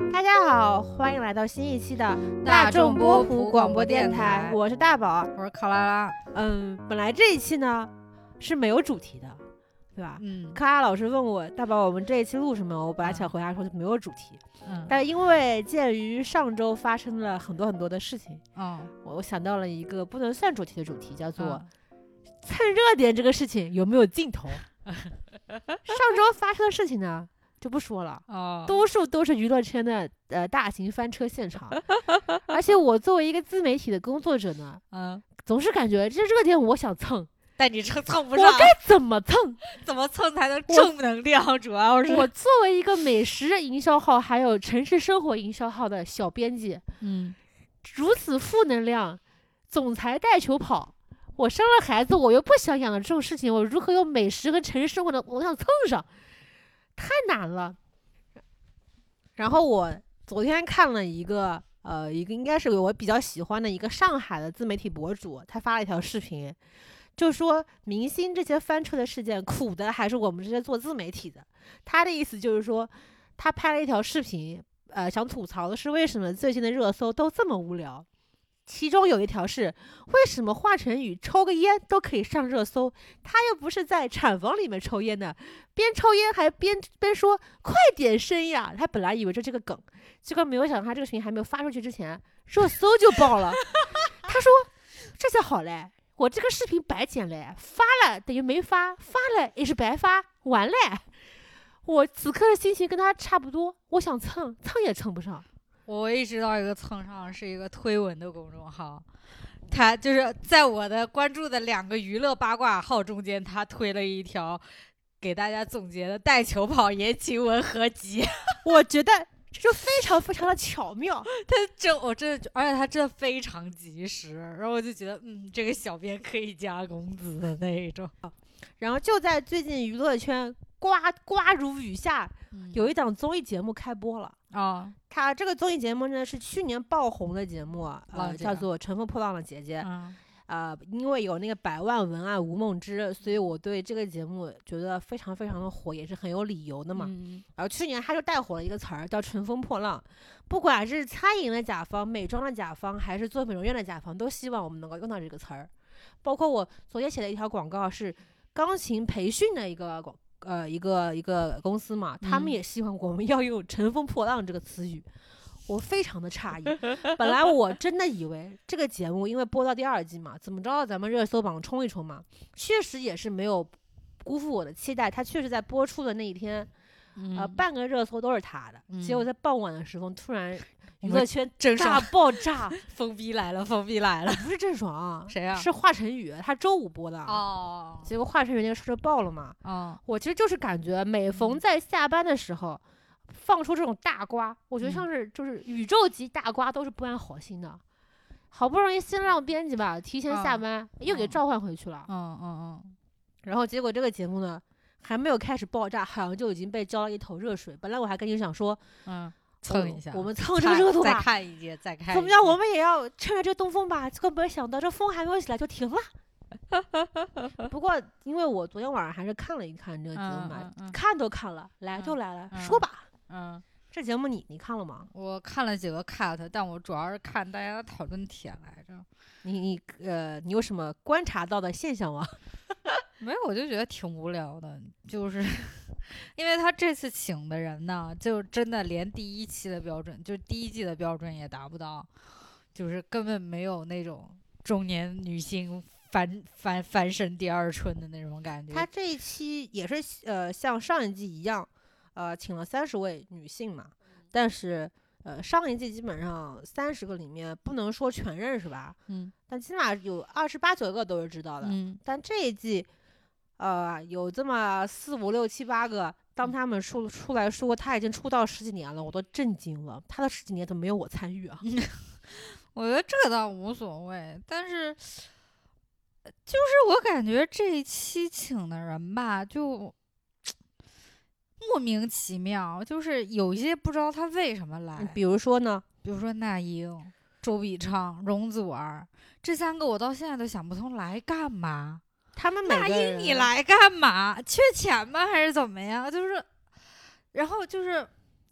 大家好，欢迎来到新一期的大众波普普广播电台，我是大宝。 我是考拉拉。 本来这一期呢是没有主题的，对吧？克拉老师问我大宝，我们这一期录什么？我本来想回答说没有主题，但因为鉴于上周发生了很多的事情，我想到了一个不能算主题的主题，叫做蹭热点这个事情有没有尽头？上周发生的事情呢？就不说了，多数都是娱乐圈的大型翻车现场，而且我作为一个自媒体的工作者呢，总是感觉这热点我想蹭， 但你蹭不上， 我该怎么蹭？ 怎么蹭才能正能量？主要是我作为一个美食营销号还有城市生活营销号的小编辑，如此负能量，总裁带球跑，我生了孩子我又不想养的这种事情，我如何用美食和城市生活的我想蹭上？太难了。然后我昨天看了一个应该是我比较喜欢的一个上海的自媒体博主，他发了一条视频，就说明星这些翻车的事件苦的还是我们这些做自媒体的。他的意思就是说，他拍了一条视频，想吐槽的是为什么最近的热搜都这么无聊。其中有一条是为什么华晨宇抽个烟都可以上热搜，他又不是在产房里面抽烟的，边抽烟还边说快点生呀。他本来以为这是个梗，结果没有想到他这个视频还没有发出去之前热搜就爆了。他说这下好嘞，我这个视频白剪嘞，发了等于没发，发了也是白发，完嘞。我此刻的心情跟他差不多，我想蹭也蹭不上。 我唯一知道一个蹭上是一个推文的公众号，他就是在我的关注的2个娱乐八卦号中间，他推了一条给大家总结的带球跑言情文合集。 我觉得这就非常的巧妙， 而且他真的非常及时，然后我就觉得这个小编可以加工资的那一种。 然后就在最近娱乐圈刮如雨下，有一档综艺节目开播了。他这个综艺节目呢是去年爆红的节目，叫做《乘风破浪的姐姐》。因为有那个100万文案吴梦之，所以我对这个节目觉得非常的火，也是很有理由的嘛。然后去年他就带火了一个词儿叫乘风破浪，不管是餐饮的甲方、美妆的甲方，还是做美容院的甲方，都希望我们能够用到这个词儿。包括我昨天写的一条广告是钢琴培训的一个公司嘛，他们也希望我们要用乘风破浪这个词语。我非常的诧异，本来我真的以为这个节目因为播到第2季嘛，怎么着咱们热搜榜冲一冲嘛，确实也是没有辜负我的期待，他确实在播出的那一天半个热搜都是他的。结果在傍晚的时候突然娱乐圈大爆炸， 疯逼来了！ 不是郑爽， 谁啊？ 是华晨宇，他周5播的。结果华晨宇那个事就爆了嘛。我其实就是感觉每逢在下班的时候放出这种大瓜，我觉得像是就是宇宙级大瓜都是不安好心的。好不容易新浪编辑吧提前下班，又给召唤回去了。然后结果这个节目呢还没有开始爆炸，好像就已经被浇了一头热水。本来我还跟你想说蹭一下， 我们蹭这个热度吧， 再看一节， 怎么样？我们也要趁着这东风吧。结果没有想到这风还没有起来就停了。不过因为我昨天晚上还是看了一看这个节目嘛，看都看了，来就来了，说吧。这节目你看了吗？ 我看了几个 cut， 但我主要是看大家的讨论帖来着。 你有什么观察到的现象吗？ 没有，我就觉得挺无聊的，就是因为他这次请的人呢，就真的连第1期的标准，就第1季的标准也达不到，就是根本没有那种中年女性翻身第2春的那种感觉。 他这一期也是像上一季一样，请了30位女性嘛，但是上一季基本上30个里面不能说全认识吧，但起码有28、9个都是知道的。但这一季有这么4、5、6、7、8个，当他们出来说他已经出道10几年了，我都震惊了。他的10几年怎么没有我参与啊？ 我觉得这个倒无所谓，但是就是我感觉这一期请的人吧，就莫名其妙，就是有一些不知道他为什么来。 比如说呢？ 比如说那英、周笔畅、容祖儿这3个，我到现在都想不通来干嘛。 他们每个人， 那英你来干嘛？缺钱吗？还是怎么样？就是，然后就是，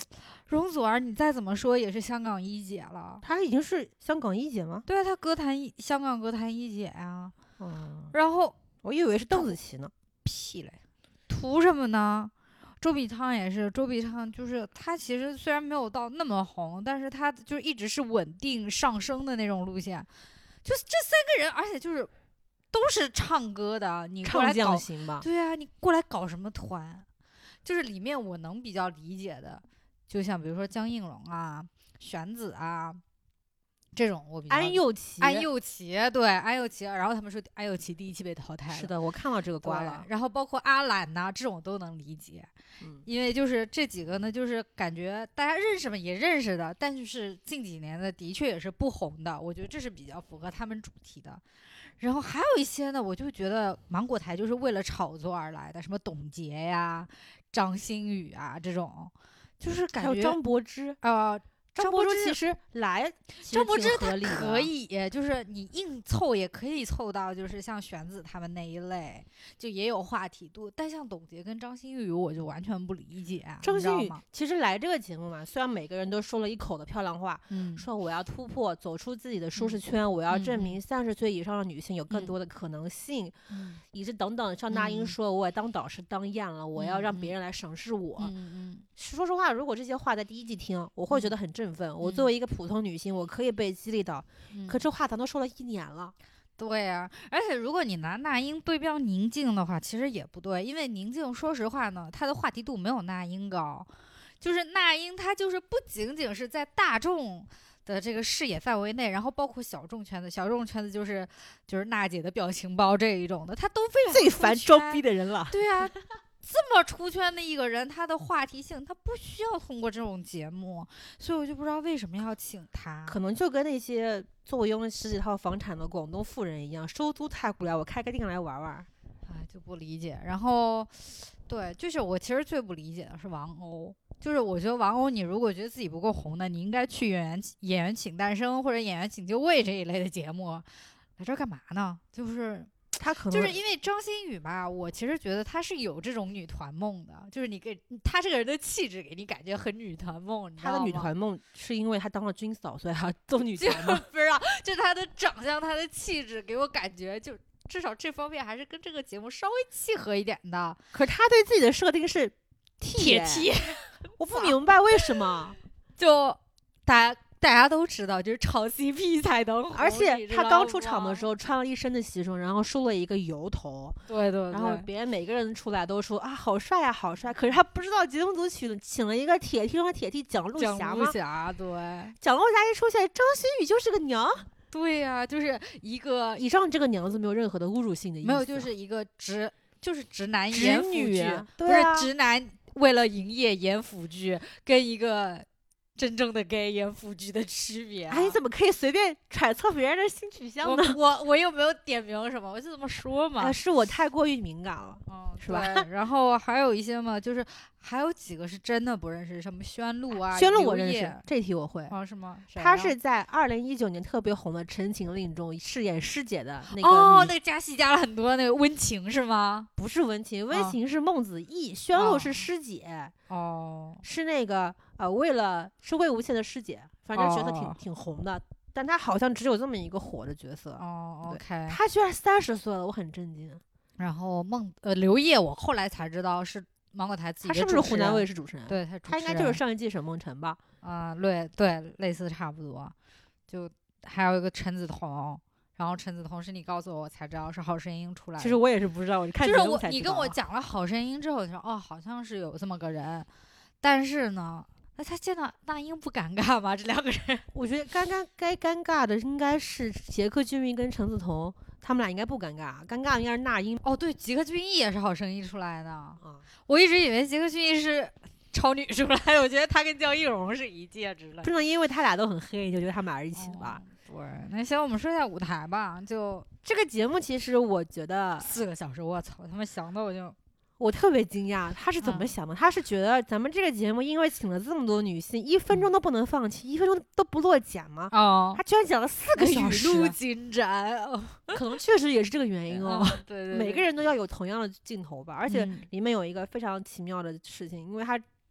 容祖儿你再怎么说也是香港一姐了。 她已经是香港一姐吗？ 对啊，她香港歌坛一姐呀。 嗯， 然后我以为是邓紫棋呢。 屁嘞，图什么呢？周笔畅也是，周笔畅就是他其实虽然没有到那么红，但是他就一直是稳定上升的那种路线。就是这三个人，而且就是都是唱歌的，你过来唱搞将型吧？ 对啊，你过来搞什么团？就是里面我能比较理解的，就像比如说江映蓉啊、玄子啊这种，我比较安又琪， 对安又琪，然后他们说安又琪第一期被淘汰了， 是的，我看到这个瓜了。 然后包括阿懒呐、这种都能理解，因为就是这几个呢，就是感觉大家认识嘛，也认识的，但是近几年的的确也是不红的，我觉得这是比较符合他们主题的。然后还有一些呢，我就觉得芒果台就是为了炒作而来的，什么董洁呀、张馨予啊这种，就是感觉还有张柏芝张柏芝其实来， 张柏芝她合理的可以，就是你硬凑也可以凑到，就是像玄子他们那一类，就也有话题度。但像董洁跟张馨予，我就完全不理解。 张馨予其实来这个节目嘛，虽然每个人都说了一口的漂亮话， 嗯， 说我要突破，走出自己的舒适圈，我要证明30岁以上的女性有更多的可能性，以及等等。像那英说，我也当导师当厌了，我要让别人来审视我。说实话，如果这些话在第一季听，我会觉得很振奋。我作为一个普通女性，我可以被激励到。可这话咱都说了1年了。 对啊，而且如果你拿那英对标宁静的话，其实也不对，因为宁静说实话呢，她的话题度没有那英高。就是那英她就是不仅仅是在大众的这个视野范围内，然后包括小众圈子就是娜姐的表情包这一种的，她都非常最烦装逼的人了。 对啊。这么出圈的一个人，他的话题性他不需要通过这种节目，所以我就不知道为什么要请他。 可能就跟那些坐拥10几套房产的广东富人一样，收租太无聊，我开个店来玩玩。 哎，就不理解。然后，对，就是我其实最不理解的是王鸥。就是我觉得王鸥，你如果觉得自己不够红的，你应该去演员请诞生或者演员请就位这一类的节目，来这儿干嘛呢？就是他可能就是因为张馨予吧，我其实觉得她是有这种女团梦的，就是你给她这个人的气质给你感觉很女团梦，你知道吗？ 她的女团梦是因为她当了军嫂，所以她做女团梦。 不知道，就是她的长相、她的气质给我感觉就至少这方面还是跟这个节目稍微契合一点的。 可是她对自己的设定是铁 T， 我不明白为什么。 就大家都知道，就是炒 CP 才能红。 而且他刚出场的时候穿了一身的西装，然后梳了一个油头。 对。 然后别人每个人出来都说啊，好帅呀，好帅。可是他不知道节目组请了一个铁 T 和铁 T 蒋璐霞吗？ 对。 蒋璐霞一出现，张馨予就是个娘。 对呀，就是一个以上这个娘字没有任何的侮辱性的意思。 没有，就是一个直男直演腐剧， 对啊， 不是直男为了营业演腐剧，跟一个真正的 gay 演腐剧的区别。 哎，你怎么可以随便揣测别人的性取向呢？ 我又没有点名什么，我就这么说嘛。 是我太过于敏感了，是吧？ 然后还有一些嘛，就是还有几个是真的不认识，什么宣璐啊， 宣璐我认识，这题我会。 是吗？ 她是在2019年特别红的《陈情令》中饰演师姐的那个。 那个加戏加了很多那个温情是吗？ 不是温情，温情是孟子义，宣璐是师姐。是那个为了收归无限的师姐，反正角色挺红的，但她好像只有这么一个火的角色。 OK， 她居然30岁了，我很震惊。 然后刘烨，我后来才知道是芒果台自己的主持人。 他是不是湖南卫视主持人？ 对， 他应该就是上一季沈梦辰吧？ 对，类似差不多。就还有一个陈子彤。然后陈子彤是你告诉我才知道是好声音出来的。 其实我也是不知道，我看节目才知道。 你跟我讲了好声音之后，你说好像是有这么个人，但是呢，那他见到那英不尴尬吗？这两个人， 我觉得该尴尬的应该是杰克隽逸跟陈子彤，他们俩应该不尴尬，尴尬的应该是那英。 对，杰克隽逸也是好声音出来的。我一直以为杰克隽逸是超女出来的，我觉得他跟江映蓉是一届之类的。 不能因为他俩都很黑，就觉得他们俩是一起的吧？ 对，那行，我们说一下舞台吧。就这个节目，其实我觉得 4个小时，我操，他们想的我特别惊讶，他是怎么想的？他是觉得咱们这个节目因为请了这么多女性，1分钟都不能放弃，1分钟都不落剪吗？他居然讲了4个小时， 语录精湛。 可能确实也是这个原因对， 每个人都要有同样的镜头吧，而且里面有一个非常奇妙的事情，因为他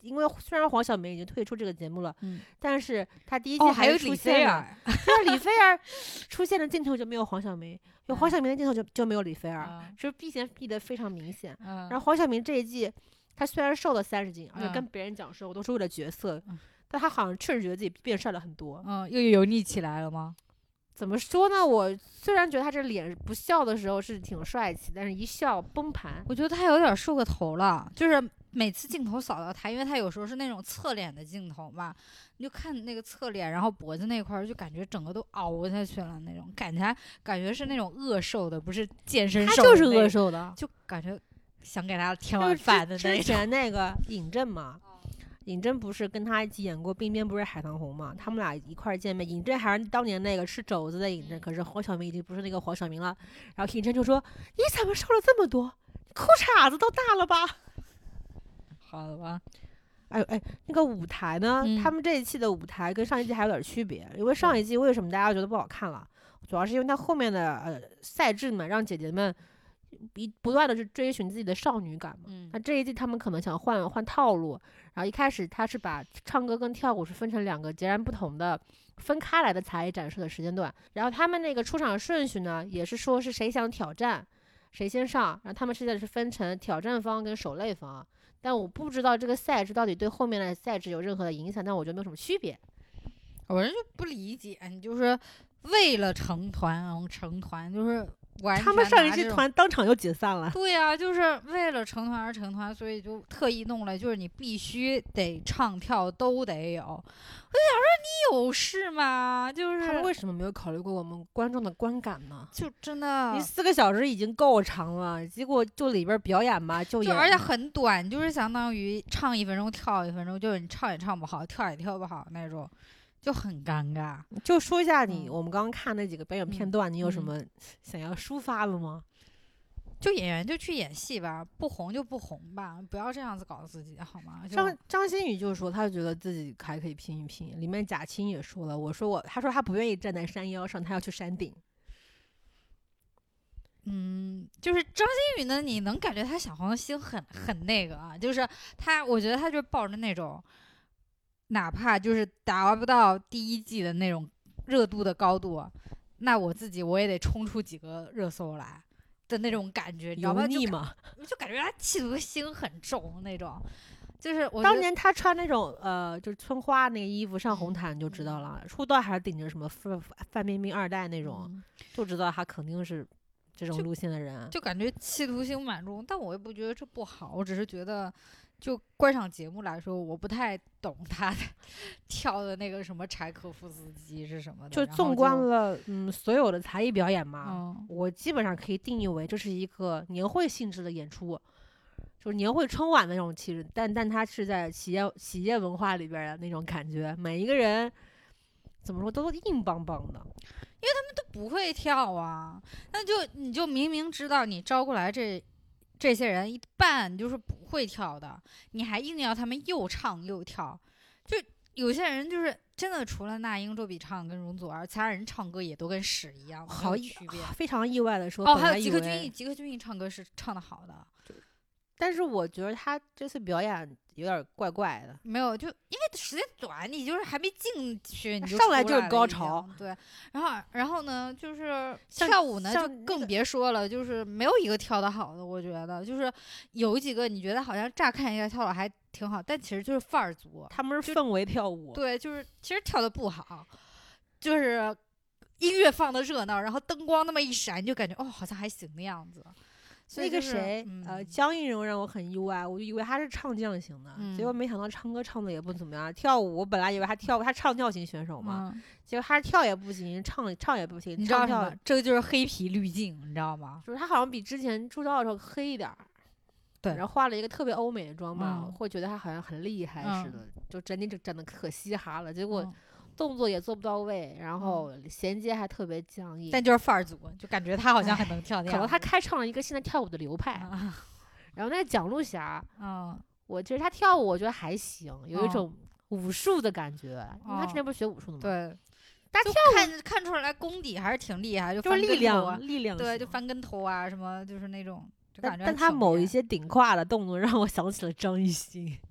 因为虽然黄晓明已经退出这个节目了，但是他第一季还有出现了， 对， 李菲儿出现的镜头就没有黄晓明，有黄晓明的镜头就没有李菲儿，就是避嫌避得非常明显。然后黄晓明这一季，他虽然瘦了30斤，而且跟别人讲说我都是为了角色，但他好像确实觉得自己变帅了很多。 又油腻起来了吗？ 怎么说呢？我虽然觉得他这脸不笑的时候是挺帅气，但是一笑崩盘。 我觉得他有点瘦个头了，就是每次镜头扫到他，因为他有时候是那种侧脸的镜头嘛，你就看那个侧脸，然后脖子那块就感觉整个都凹下去了那种，感觉是那种饿瘦的，不是健身瘦的， 他就是饿瘦的， 就感觉想给他添碗饭的那种。 之前那个尹正嘛。尹正不是跟他一起演过《鬓边不是海棠红》嘛？他们俩一块见面，尹正还是当年那个吃肘子的尹正，可是黄晓明已经不是那个黄晓明了。然后尹正就说：“你怎么瘦了这么多？裤衩子都大了吧？” 好了吧？ 哎，那个舞台呢？他们这一季的舞台跟上一季还有点区别，因为上一季为什么大家觉得不好看了？主要是因为他后面的赛制嘛，让姐姐们不断的去追寻自己的少女感嘛。那这一季他们可能想换套路。然后一开始他是把唱歌跟跳舞是分成2个截然不同的分开来的才艺展示的时间段，然后他们那个出场顺序呢也是说是谁想挑战谁先上，然后他们现在是分成挑战方跟守擂方，但我不知道这个赛制到底对后面的赛制有任何的影响，但我觉得没有什么区别。 我就不理解，你就是为了成团就是他们上一季团当场就解散了。 对呀，就是为了成团而成团，所以就特意弄了，就是你必须得唱跳都得有。我就想说，你有事吗？就是他们为什么没有考虑过我们观众的观感呢？ 就真的， 你4个小时已经够长了，结果就里边表演嘛，就而且很短，就是相当于唱1分钟跳1分钟，就是你唱也唱不好，跳也跳不好那种。就很尴尬。 就说一下我们刚刚看那几个表演片段，你有什么想要抒发的吗？ 就演员就去演戏吧，不红就不红吧，不要这样子搞自己好吗？ 张馨予就说他觉得自己还可以拼一拼，里面贾青也说了，他说他不愿意站在山腰上，他要去山顶。 就是张馨予呢，你能感觉他小黄心很那个啊，就是我觉得他就抱着那种。哪怕就是达不到第1季的那种热度的高度，那我也得冲出几个热搜来的那种感觉，你知道吗？就感觉他企图心很重那种。就是我当年他穿那种就是村花那个衣服上红毯就知道了，出道还是顶着什么范冰冰2代那种，就知道他肯定是这种路线的人， 就感觉企图心蛮重。但我也不觉得这不好，我只是觉得。就观赏节目来说，我不太懂他的跳的那个什么柴可夫斯基是什么的。 就纵观了所有的才艺表演嘛，我基本上可以定义为这是一个年会性质的演出，就是年会春晚的那种气质，但它是在企业文化里边的那种感觉，每一个人怎么说都硬邦邦的， 因为他们都不会跳啊。那你就明明知道你招过来这些人一半就是不会跳的，你还硬要他们又唱又跳，就有些人就是真的，除了那英、周笔畅跟容祖儿，其他人唱歌也都跟屎一样，没有区别。 非常意外的说， 还有吉克隽逸唱歌是唱的好的， 但是我觉得他这次表演有点怪怪的。 没有，就因为时间短，你就是还没进去，你就上来就是高潮。 对，然后呢，就是跳舞呢就更别说了，就是没有一个跳得好的。我觉得就是有几个你觉得好像乍看一下跳的还挺好，但其实就是范儿足， 他们是氛围跳舞。 对，就是其实跳的不好，就是音乐放的热闹，然后灯光那么一闪，你就感觉好像还行的样子。 那个谁，江映蓉让我很意外，我就以为他是唱将型的，结果没想到唱歌唱的也不怎么样。跳舞我本来以为他唱跳型选手嘛，结果他跳也不行，唱也不行。 你知道什么？这个就是黑皮滤镜，你知道吗？ 就是他好像比之前出道的时候黑一点儿， 对， 然后化了一个特别欧美的妆吧，会觉得他好像很厉害似的，就整体整的可嘻哈了，结果。动作也做不到位，然后衔接还特别僵硬， 但就是范儿足，就感觉他好像很能跳。 可能他开创了一个现在跳舞的流派。然后那个蒋璐霞，我觉得他跳舞我觉得还行，有一种武术的感觉，因为他之前不是学武术的吗？ 对， 他跳舞看出来功底还是挺厉害， 就是力量， 对，就翻跟头啊什么，就是那种，就感觉。 但他某一些顶胯的动作让我想起了张艺兴。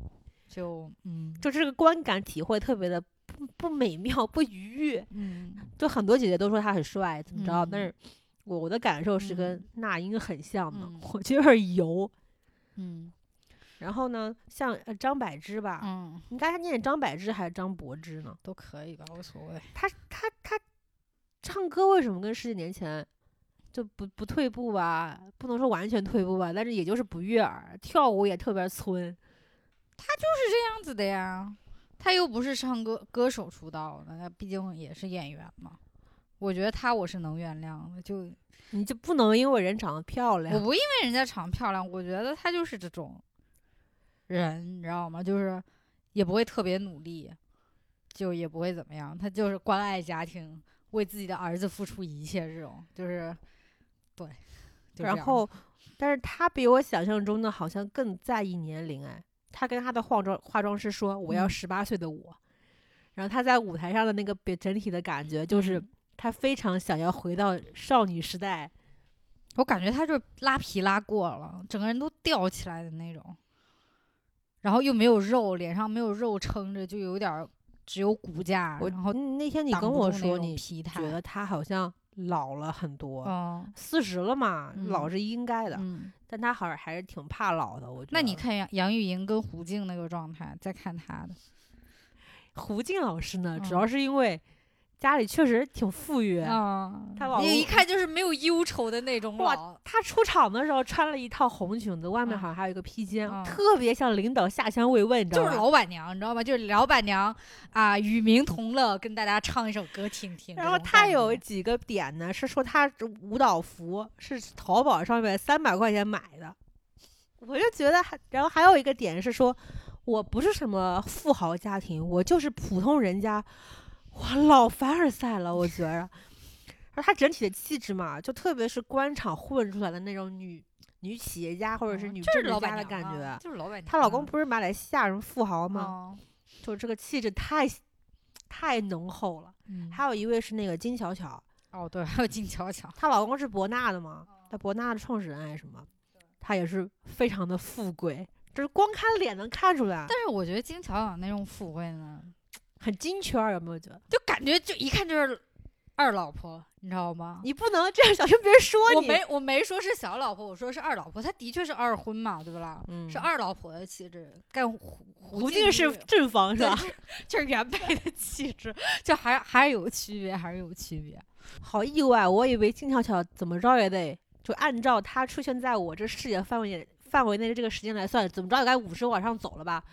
就就这个观感体会特别的不美妙不愉悦。就很多姐姐都说他很帅怎么着，但是我的感受是跟那英很像的，我觉得有点油。然后呢，像张柏芝吧，你刚才念张柏芝还是张柏芝呢？ 都可以吧，无所谓。 他唱歌为什么跟10几年前就不退步吧？不能说完全退步吧，但是也就是不悦耳，跳舞也特别村。 他就是这样子的呀，他又不是歌手出道的，他毕竟也是演员嘛。我觉得我是能原谅的，就你就不能因为人长得漂亮？ 我不因为人家长得漂亮，我觉得他就是这种人，你知道吗？就是也不会特别努力，就也不会怎么样，他就是关爱家庭，为自己的儿子付出一切，这种就是对。 然后，但是他比我想象中的好像更在意年龄哎。他跟他的化妆师说：“我要18岁的我。”然后他在舞台上的那个整体的感觉，就是他非常想要回到少女时代。 我感觉他就拉皮拉过了，整个人都吊起来的那种，然后又没有肉，脸上没有肉撑着，就有点只有骨架。然后那天你跟我说，你觉得他好像老了很多，40了嘛，老是应该的。但他好像还是挺怕老的，我觉得。 那你看杨钰莹跟胡静那个状态，再看他的。 胡静老师呢，主要是因为家里确实挺富裕，他老公一看就是没有忧愁的那种老。 他出场的时候穿了一套红裙子，外面好像还有一个披肩，特别像领导下乡慰问，你知道吗？ 就是老板娘，你知道吗？就是老板娘啊，与民同乐，跟大家唱一首歌听听。 然后他有几个点呢，是说他舞蹈服是淘宝上面300块钱买的，我就觉得然后还有一个点是说，我不是什么富豪家庭，我就是普通人家。哇，老凡尔赛了，我觉着。而她整体的气质嘛，就特别是官场混出来的那种女企业家或者是女政治家的感觉。 就是老板娘。 她老公不是马来西亚人富豪吗？就这个气质太浓厚了。还有一位是那个金巧巧。 对，还有金巧巧。 她老公是博纳的嘛？她博纳的创始人还是什么？她也是非常的富贵，就是光看脸能看出来。 但是我觉得金巧巧那种富贵呢， 很金圈，有没有觉得？ 就感觉就一看就是二老婆，你知道吗？ 你不能这样，小心别人说你。 我没说是小老婆，我说是二老婆。她的确是二婚嘛，对不啦？是二老婆的气质。干胡静是正房是吧？ 就是原配的气质，就还是有区别，还是有区别。 好意外，我以为金巧巧怎么着也得就按照她出现在我这视野范围内的这个时间来算，怎么着也该50往上走了吧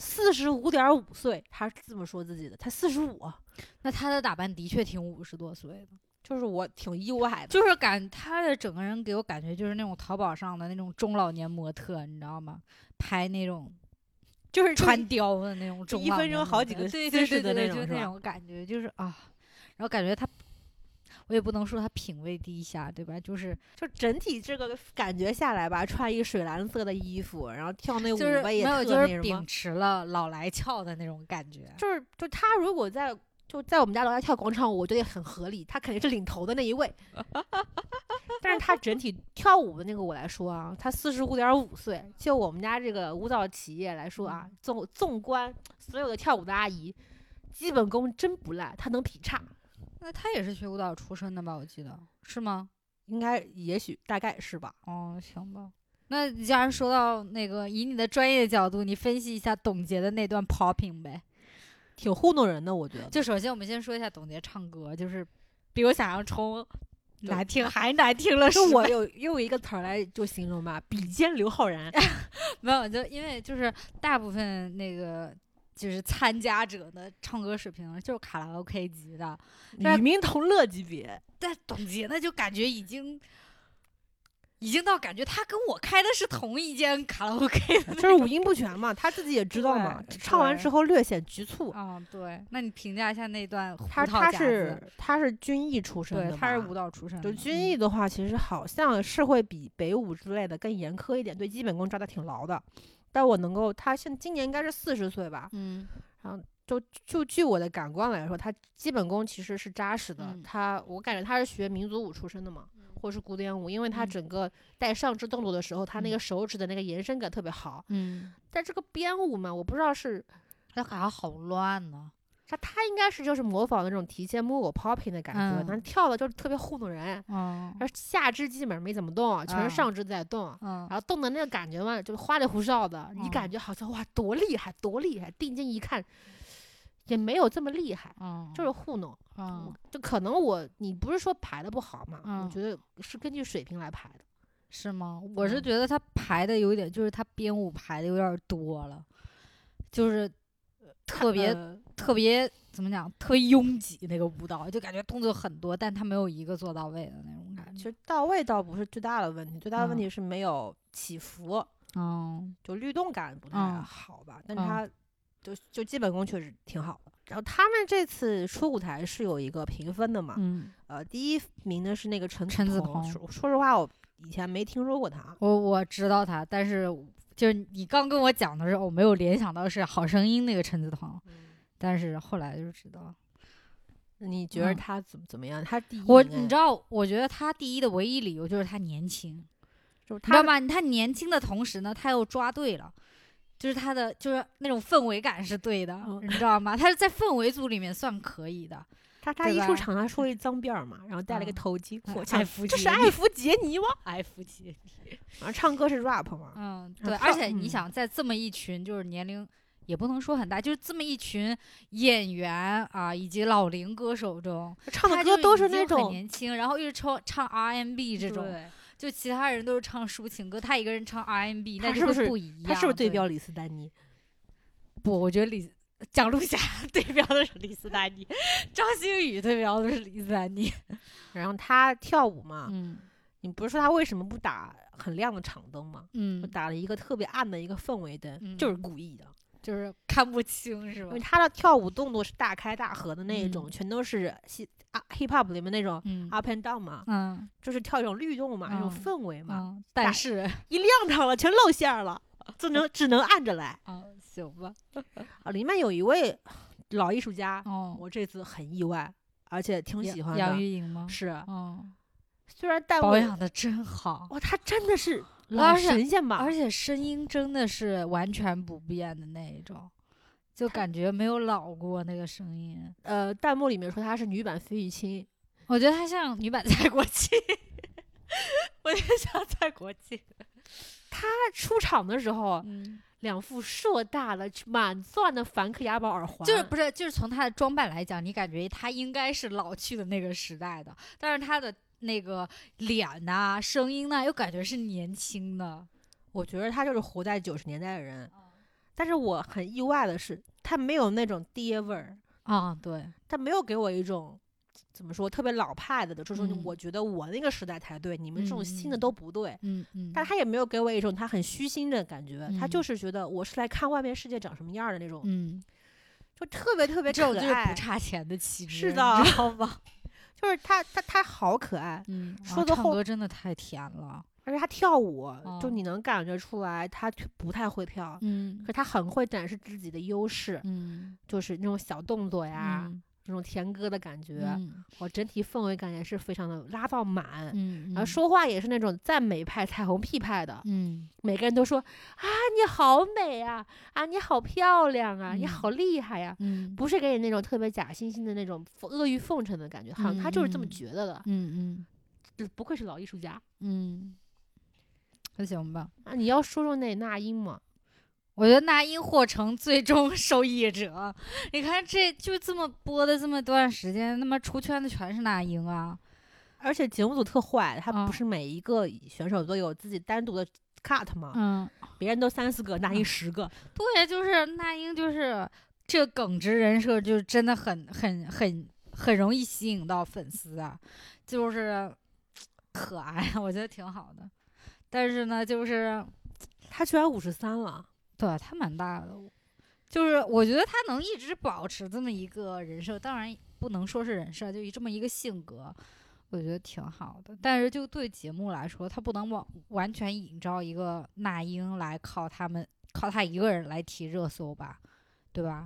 ？45.5岁，他是这么说自己的。他45， 那他的打扮的确挺50多岁的， 就是我挺意外的。 就是他的整个人给我感觉就是那种淘宝上的那种中老年模特，你知道吗？拍那种就是穿貂的那种中老年模特， 1分钟好几个姿势的那种， 就那种感觉，就是啊，然后感觉他。我也不能说他品味低下，对吧？就整体这个感觉下来吧，穿一水蓝色的衣服，然后跳那舞吧，也没有， 就是秉持了老来俏的那种感觉。 就他如果在我们家楼下跳广场舞，我觉得也很合理，他肯定是领头的那一位。但是他整体跳舞的那个我来说啊，他45.5岁，就我们家这个舞蹈企业来说啊，纵观所有的跳舞的阿姨，基本功真不赖，他能劈叉。 那他也是学舞蹈出身的吧？我记得是吗？ 应该，也许，大概是吧。 行吧。那既然说到那个，以你的专业角度，你分析一下董洁的那段 popping 呗， 挺糊弄人的，我觉得。 就首先我们先说一下董洁唱歌，就是比我想象中难听还难听了。 是我用一个词儿来就形容吧，比肩刘昊然。 没有，就因为就是大部分那个。就是参加者的唱歌水平就是卡拉 OK 级的， 与民同乐级别。 但董洁呢，就感觉已经到感觉他跟我开的是同一间卡拉 OK 的， 就是五音不全嘛，他自己也知道嘛。唱完之后略显局促。 对。那你评价一下那段胡他桃夹子？ 他是军艺出身的， 对，他是舞蹈出身的。 就军艺的话，其实好像是会比北舞之类的更严苛一点，对基本功抓得挺牢的。但我能够，他今年应该是40岁吧，然后就据我的感官来说，他基本功其实是扎实的。我感觉他是学民族舞出身的嘛， 或是古典舞，因为它整个带上肢动作的时候，它那个手指的那个延伸感特别好。但这个编舞嘛，我不知道是它好像好乱呢。 他应该是就是模仿那种提线木偶 popping 的感觉，但跳的就是特别糊弄人。而下肢基本上没怎么动，全是上肢在动。然后动的那个感觉嘛，就花里胡哨的，你感觉好像哇多厉害多厉害，定睛一看也没有这么厉害，就是糊弄。就可能你不是说排的不好嘛，我觉得是根据水平来排的。 是吗？我是觉得他排的有点，就是他编舞排的有点多了，就是特别怎么讲，特别拥挤那个舞蹈，就感觉动作很多，但他没有一个做到位的那种感觉。 其实到位倒不是最大的问题，最大的问题是没有起伏，就律动感不太好吧。但他就基本功确实挺好的。然后他们这次出舞台是有一个评分的嘛，第一名的是那个陈子彤。说实话，我以前没听说过他。 我知道他，但是就是你刚跟我讲的时候，我没有联想到是《好声音》那个陈子彤。但是后来就知道。 你觉得他怎么样？他第一， 你知道，我觉得他第一的唯一理由就是他年轻， 就是你知道吗？他年轻的同时呢，他又抓对了，就是他的就是那种氛围感是对的，你知道吗？他是在氛围组里面算可以的。 他一出场，他说一脏辫嘛，然后戴了个头巾， 这是艾弗杰尼吗？ 艾弗杰尼， 然后唱歌是 rap 嘛， 对，而且你想在这么一群就是年龄。也不能说很大，就是这么一群演员啊，以及老龄歌手中， 唱的歌都是那种很年轻，然后又是唱 R&B 这种，就其他人都是唱抒情歌，他一个人唱 R&B， 那就会不一样。 他是不是对标李斯丹妮？ 不，我觉得蒋璐霞对标的是李斯丹妮，张馨予对标的是李斯丹妮。 然后他跳舞嘛，你不是说他为什么不打很亮的场灯吗？我打了一个特别暗的一个氛围灯，就是故意的。 就是看不清是吧？ 因为他的跳舞动作是大开大合的那一种，全都是hip hop 里面那种 up and down 嘛，就是跳一种律动嘛，那种氛围嘛。 但是一亮场了，全露馅了，只能按着来。 行吧。 里面有一位老艺术家，我这次很意外，而且挺喜欢的。 杨钰莹吗？ 是。虽然保养的真好， 哇，他真的是。老神仙吧， 而且声音真的是完全不变的那一种，就感觉没有老过那个声音。 弹幕里面说她是女版费玉清， 我觉得她像女版蔡国庆，我觉得像蔡国庆。 她出场的时候，两副硕大的满钻的梵克雅宝耳环， 就是从她的装扮来讲，你感觉她应该是老去的那个时代的，但是她的。那个脸呐、声音呐，又感觉是年轻的。 我觉得他就是活在90年代的人，但是我很意外的是，他没有那种爹味儿对， 他没有给我一种怎么说特别老派的，就是说我觉得我那个时代才对，你们这种新的都不对。但他也没有给我一种他很虚心的感觉，他就是觉得我是来看外面世界长什么样的那种，就特别特别可爱， 这种就是不差钱的气质， 是的， 你知道吗？ 就是他好可爱，说的唱歌真的太甜了， 而且他跳舞，就你能感觉出来他不太会跳，可他很会展示自己的优势，就是那种小动作呀，这种甜歌的感觉，整体氛围感也是非常的拉到满，然后说话也是那种赞美派、彩虹屁派的，每个人都说啊你好美啊，你好漂亮啊，你好厉害呀，不是给你那种特别假惺惺的那种阿谀奉承的感觉，好像他就是这么觉得的，不愧是老艺术家， 还行吧。 你要说那英吗？ 我觉得那英获成最终受益者。你看，这就这么播的这么段时间，那么出圈的全是那英啊。 而且节目组特坏，他不是每一个选手都有自己单独的 cut 吗？别人都3、4个，那英10个。 对，就是那英，就是这个耿直人设，就是真的很容易吸引到粉丝啊，就是可爱，我觉得挺好的。但是呢，就是他居然53了。 对，他蛮大的，就是我觉得他能一直保持这么一个人设，当然不能说是人设，就这么一个性格，我觉得挺好的。但是就对节目来说，他不能完全引召一个那英来靠他一个人来提热搜吧，对吧？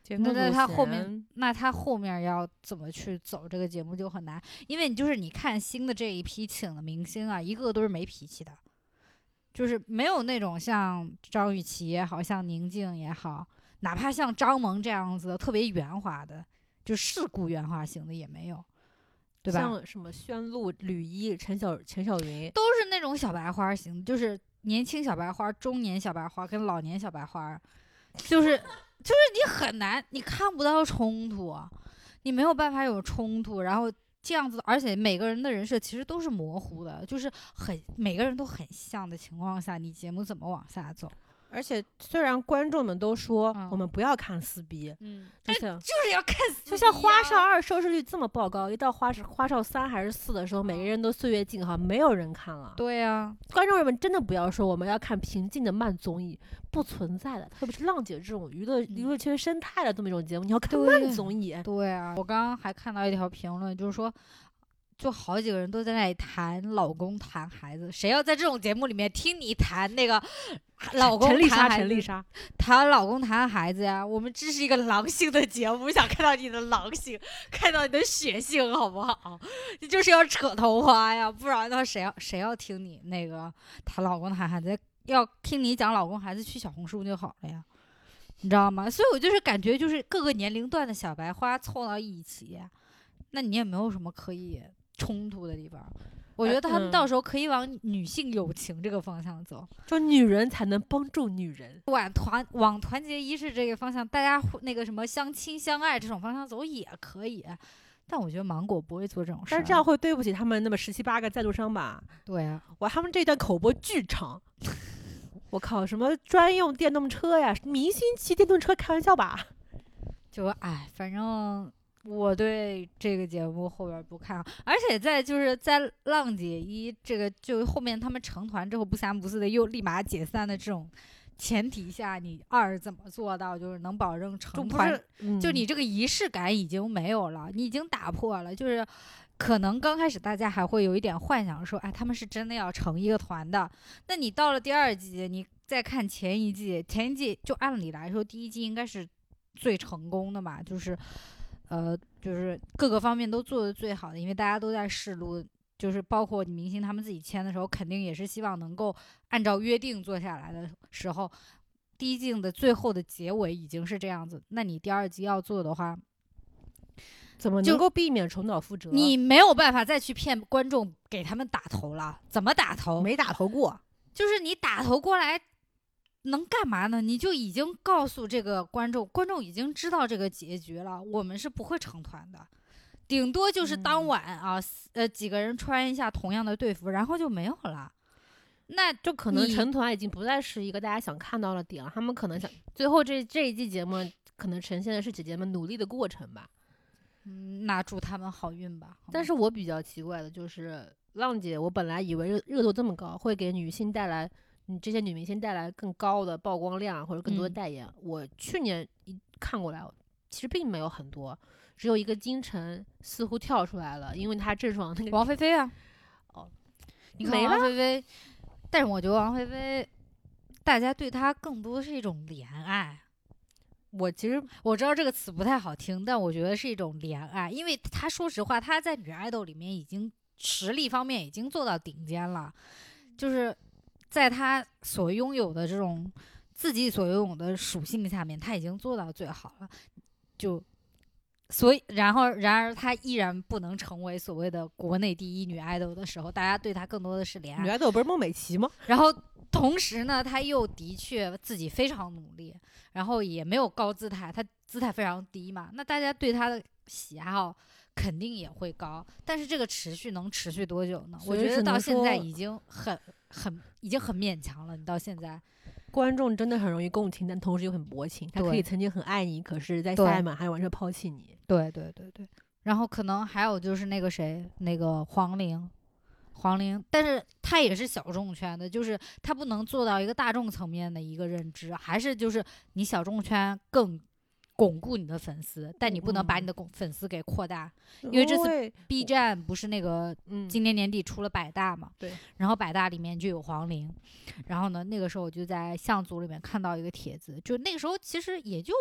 那他后面要怎么去走这个节目就很难，因为你看新的这一批请的明星啊，一个个都是没脾气的，就是没有那种像张雨绮也好，像宁静也好，哪怕像张萌这样子的特别圆滑的，就世故圆滑型的也没有，对吧？ 像什么宣璐、吕一、陈小云， 都是那种小白花型，就是年轻小白花、中年小白花跟老年小白花，就是你很难，你看不到冲突啊，你没有办法有冲突，然后这样子，而且每个人的人设其实都是模糊的，就是每个人都很像的情况下，你节目怎么往下走？ 而且虽然观众们都说我们不要看撕逼， 就是要看撕逼， 就像花少2收视率这么爆高，一到花少3还是4的时候，每个人都岁月静好，没有人看了。 对呀， 观众们真的不要说我们要看平静的慢综艺，不存在的，特别是浪姐这种娱乐圈生态的这么一种节目，你要看慢综艺。 对啊，我刚刚还看到一条评论，就是说，就好几个人都在那里谈老公谈孩子，谁要在这种节目里面听你谈那个老公谈陈丽莎谈老公谈孩子呀？我们这是一个狼性的节目，想看到你的狼性，看到你的血性，好不好？你就是要扯头发呀，不然的话谁要听你那个谈老公谈孩子？要听你讲老公孩子，去小红书就好了呀，你知道吗？所以我就是感觉就是各个年龄段的小白花凑到一起，那你也没有什么可以冲突的地方。我觉得他们到时候可以往女性友情这个方向走， 就女人才能帮助女人， 往团结一致这个方向，大家那个什么相亲相爱这种方向走也可以。但我觉得芒果不会做这种事， 但是这样会对不起他们那么17、18个赞助商吧？ 对啊， 哇，他们这段口播巨长，我靠，什么专用电动车呀，明星骑电动车，开玩笑吧？ 就反正我对这个节目后边不看，而且在浪姐一这个就后面他们成团之后不三不四的又立马解散的这种前提下，你2怎么做到就是能保证成团？就你这个仪式感已经没有了，你已经打破了，就是可能刚开始大家还会有一点幻想说，他们是真的要成一个团的。那你到了第2季，你再看前一季就按理来说第1季应该是最成功的嘛，就是各个方面都做得最好的，因为大家都在试录，就是包括明星他们自己签的时候，肯定也是希望能够按照约定做下来的时候，第1季的最后的结尾已经是这样子，那你第2季要做的话， 怎么能够避免重蹈覆辙？ 你没有办法再去骗观众给他们打头了，怎么打头？ 没打头过， 就是你打头过来能干嘛呢？你就已经告诉这个观众已经知道这个结局了，我们是不会成团的，顶多就是当晚几个人穿一下同样的队服，然后就没有了。那就可能成团已经不再是一个大家想看到的点了，他们可能想最后这一季节目可能呈现的是姐姐们努力的过程吧。 那祝他们好运吧。 但是我比较奇怪的就是浪姐，我本来以为热度这么高会给女性带来这些女明星带来更高的曝光量或者更多的代言，我去年一看过来其实并没有很多，只有一个金晨似乎跳出来了，因为她郑爽那个王菲菲啊，你看王菲菲，但是我觉得王菲菲大家对她更多是一种怜爱。其实我知道这个词不太好听，但我觉得是一种怜爱，因为她说实话她在女爱豆里面已经实力方面已经做到顶尖了，就是在他所拥有的这种自己所拥有的属性下面，他已经做到最好了。然而他依然不能成为所谓的国内第1女爱豆的时候，大家对他更多的是怜爱。 女爱豆不是孟美岐吗？ 然后同时呢，他又的确自己非常努力，然后也没有高姿态，他姿态非常低嘛，那大家对他的喜好肯定也会高，但是这个能持续多久呢？我觉得到现在已经已经很勉强了。你到现在， 观众真的很容易共情，但同时又很薄情。他可以曾经很爱你，可是在下一秒还完全抛弃你。 对。然后可能还有就是那个谁，那个黄龄，但是他也是小众圈的，就是他不能做到一个大众层面的一个认知，还是就是你小众圈更巩固你的粉丝，但你不能把你的粉丝给扩大，因为这次 B 站不是那个今年年底出了百大嘛， 对， 然后百大里面就有黄龄，然后呢，那个时候我就在相组里面看到一个帖子，就那个时候其实也就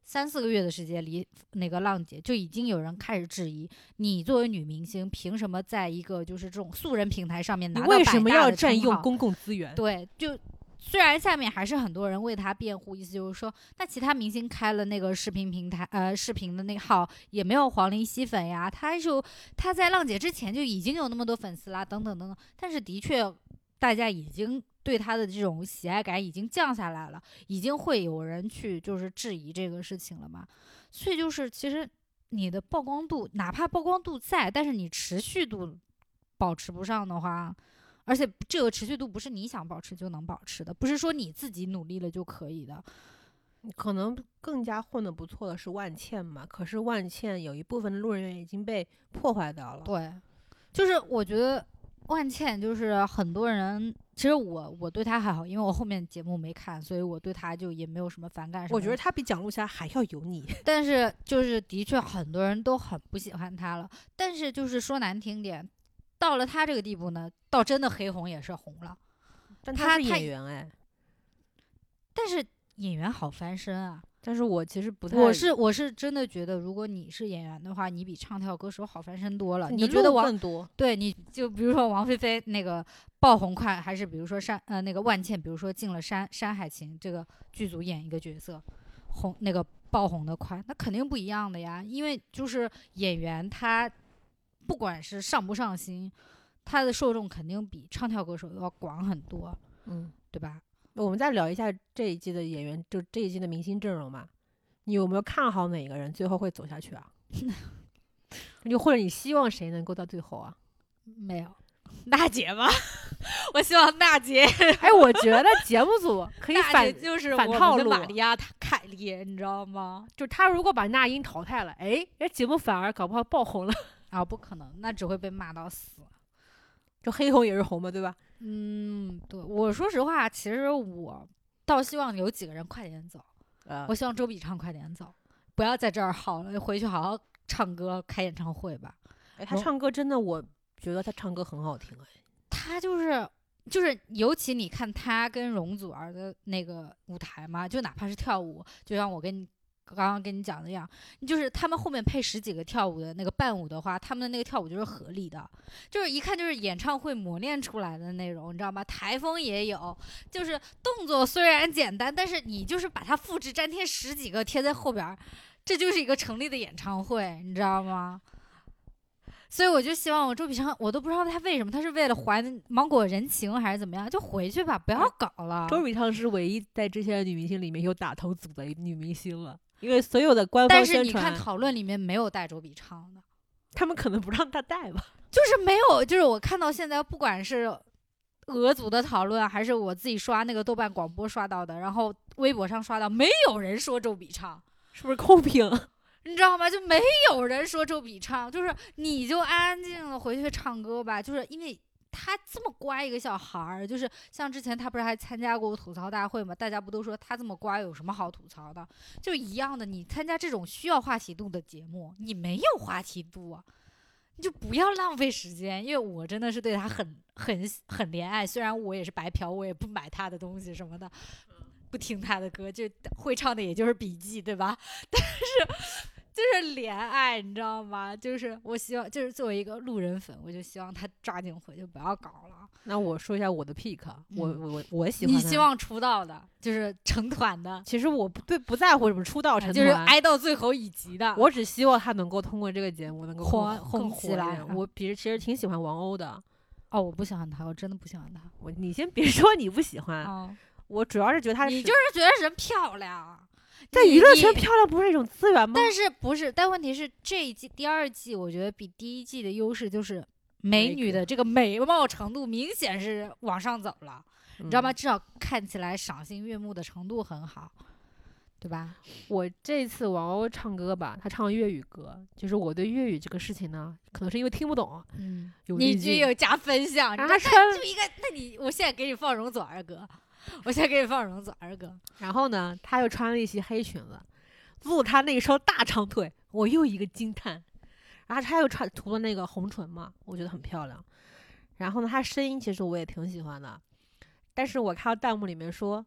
3-4个月的时间离那个浪姐，就已经有人开始质疑你作为女明星凭什么在一个就是这种素人平台上面拿到为什么要百大的称号占用公共资源？ 对，就虽然下面还是很多人为他辩护，意思就是说，那其他明星开了那个视频平台，视频的那个号也没有黄龄吸粉呀，他在浪姐之前就已经有那么多粉丝啦，等等等等。但是的确，大家已经对他的这种喜爱感已经降下来了，已经会有人去就是质疑这个事情了嘛。所以就是其实你的曝光度，哪怕曝光度在，但是你持续度保持不上的话。而且这个持续度不是你想保持就能保持的，不是说你自己努力了就可以的。 可能更加混得不错的是万茜嘛，可是万茜有一部分的路人缘已经被破坏掉了。 对，就是我觉得万茜就是很多人，其实我对她还好，因为我后面节目没看，所以我对她就也没有什么反感什么的。 我觉得她比蒋璐霞还要油腻。 但是就是的确很多人都很不喜欢她了。但是就是说难听点，到了她这个地步呢，到真的黑红也是红了。 但她是演员哎， 但是演员好翻身啊。 但是我其实不太， 我是真的觉得，如果你是演员的话，你比唱跳歌手好翻身多了。 你觉得更多？ 对，你就比如说王菲菲那个爆红快，还是比如说那个万茜，比如说进了山海情这个剧组演一个角色，那个爆红的快，那肯定不一样的呀。因为就是演员他不管是上不上心，他的受众肯定比唱跳歌手要广很多，对吧？ 我们再聊一下这一季的演员，就这一季的明星阵容嘛。你有没有看好哪个人最后会走下去啊？就或者你希望谁能够到最后啊？ 没有，娜姐吧。我希望娜姐。 哎，我觉得节目组可以就是反套路， 玛利亚凯莉，你知道吗？ 就是他如果把那英淘汰了，哎，节目反而搞不好爆红了啊！不可能，那只会被骂到死。 就黑红也是红嘛，对吧？ 对，我说实话，其实我倒希望有几个人快点走。我希望周笔畅快点走，不要在这儿好了，回去好好唱歌，开演唱会吧。 哎，他唱歌真的，我觉得他唱歌很好听哎。 他就是，尤其你看他跟容祖儿的那个舞台嘛，就哪怕是跳舞，就像我刚刚跟你讲的一样，就是他们后面配10几个跳舞的那个伴舞的话，他们的那个跳舞就是合理的，就是一看就是演唱会磨练出来的那种，你知道吗？台风也有，就是动作虽然简单，但是你就是把它复制粘贴10几个贴在后边，这就是一个成立的演唱会，你知道吗？所以我就希望周笔畅，我都不知道他为什么，他是为了还芒果人情还是怎么样，就回去吧，不要搞了。 周笔畅是唯一在这些女明星里面有打头组的女明星了。因为所有的官方宣传， 但是你看讨论里面没有带周笔畅的， 他们可能不让他带吧， 就是没有，就是我看到现在，不管是俄组的讨论，还是我自己刷那个豆瓣广播刷到的，然后微博上刷到，没有人说周笔畅， 是不是公平？ 你知道吗？就没有人说周笔畅，就是你就安安静静的回去唱歌吧，就是因为。他这么乖一个小孩儿，就是像之前他不是还参加过吐槽大会嘛？大家不都说他这么乖有什么好吐槽的？就一样的，你参加这种需要话题度的节目，你没有话题度啊，你就不要浪费时间。因为我真的是对他很怜爱，虽然我也是白嫖，我也不买他的东西什么的，不听他的歌，就会唱的也就是笔记，对吧？但是。就是怜爱，你知道吗？就是我希望，就是作为一个路人粉，我就希望他抓紧回去，不要搞了。 那我说一下我的 pick，我喜欢你希望出道的，就是成团的。 其实我不在乎什么出道成团， 就是挨到最后一集的。 我只希望他能够通过这个节目能够红起来。 我其实挺喜欢王鸥的。 哦，我不喜欢他，我真的不喜欢他。 你先别说你不喜欢，我主要是觉得他你就是觉得人漂亮。 在娱乐圈漂亮不是一种资源吗？ 但是不是？但问题是这一季第2季，我觉得比第1季的优势就是美女的这个美貌程度明显是往上走了，你知道吗？至少看起来赏心悦目的程度很好，对吧？ 我这次王鸥唱歌吧，她唱粤语歌，就是我对粤语这个事情呢，可能是因为听不懂， 你就有加分项， 然后他就应该，我现在给你放容祖儿歌。我先给你放容祖儿歌， 然后呢，她又穿了一袭黑裙子，露她那双大长腿，我又一个惊叹。然后她又涂了那个红唇嘛，我觉得很漂亮。然后呢，她声音其实我也挺喜欢的，但是我看到弹幕里面说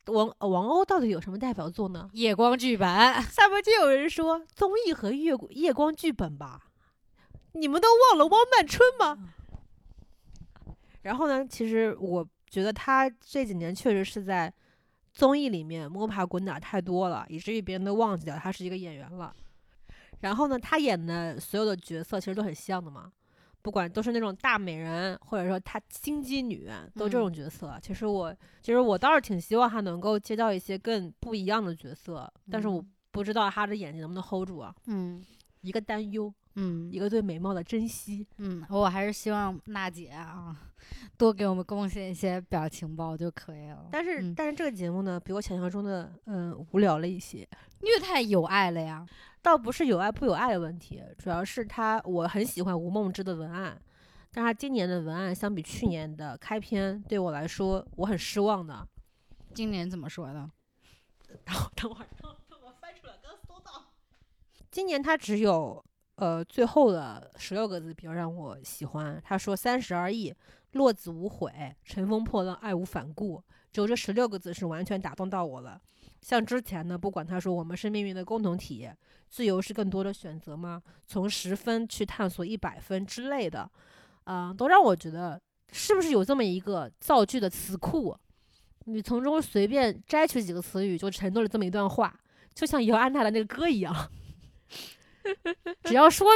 王鸥到底有什么代表作呢？ 夜光剧本。 下面就有人说综艺和夜光剧本吧，你们都忘了汪曼春吗？然后呢，其实我觉得他这几年确实是在综艺里面摸爬滚打太多了，以至于别人都忘记了他是一个演员了。然后呢，他演的所有的角色其实都很像的嘛，不管都是那种大美人，或者说他心机女，都这种角色。其实我倒是挺希望他能够接到一些更不一样的角色，但是我不知道他的演技能不能 hold 住啊。一个担忧，一个对美貌的珍惜。 我还是希望娜姐啊，多给我们贡献一些表情包就可以了。 但是这个节目呢，比我想象中的无聊了一些， 因为太有爱了呀。 倒不是有爱不有爱的问题，主要是我很喜欢吴梦之的文案，但是他今年的文案相比去年的开篇，对我来说我很失望的。 今年怎么说的？ 然后等会儿我翻出来，刚搜到。今年他只有最后的16个字比较让我喜欢。他说：“30而已，落子无悔，乘风破浪，爱无反顾。”只有这16个字是完全打动到我了。像之前呢，不管他说我们是命运的共同体，自由是更多的选择吗？从10分去探索100分之类的，都让我觉得是不是有这么一个造句的词库，你从中随便摘取几个词语就承诺了这么一段话，就像姚安娜的那个歌一样，只要搜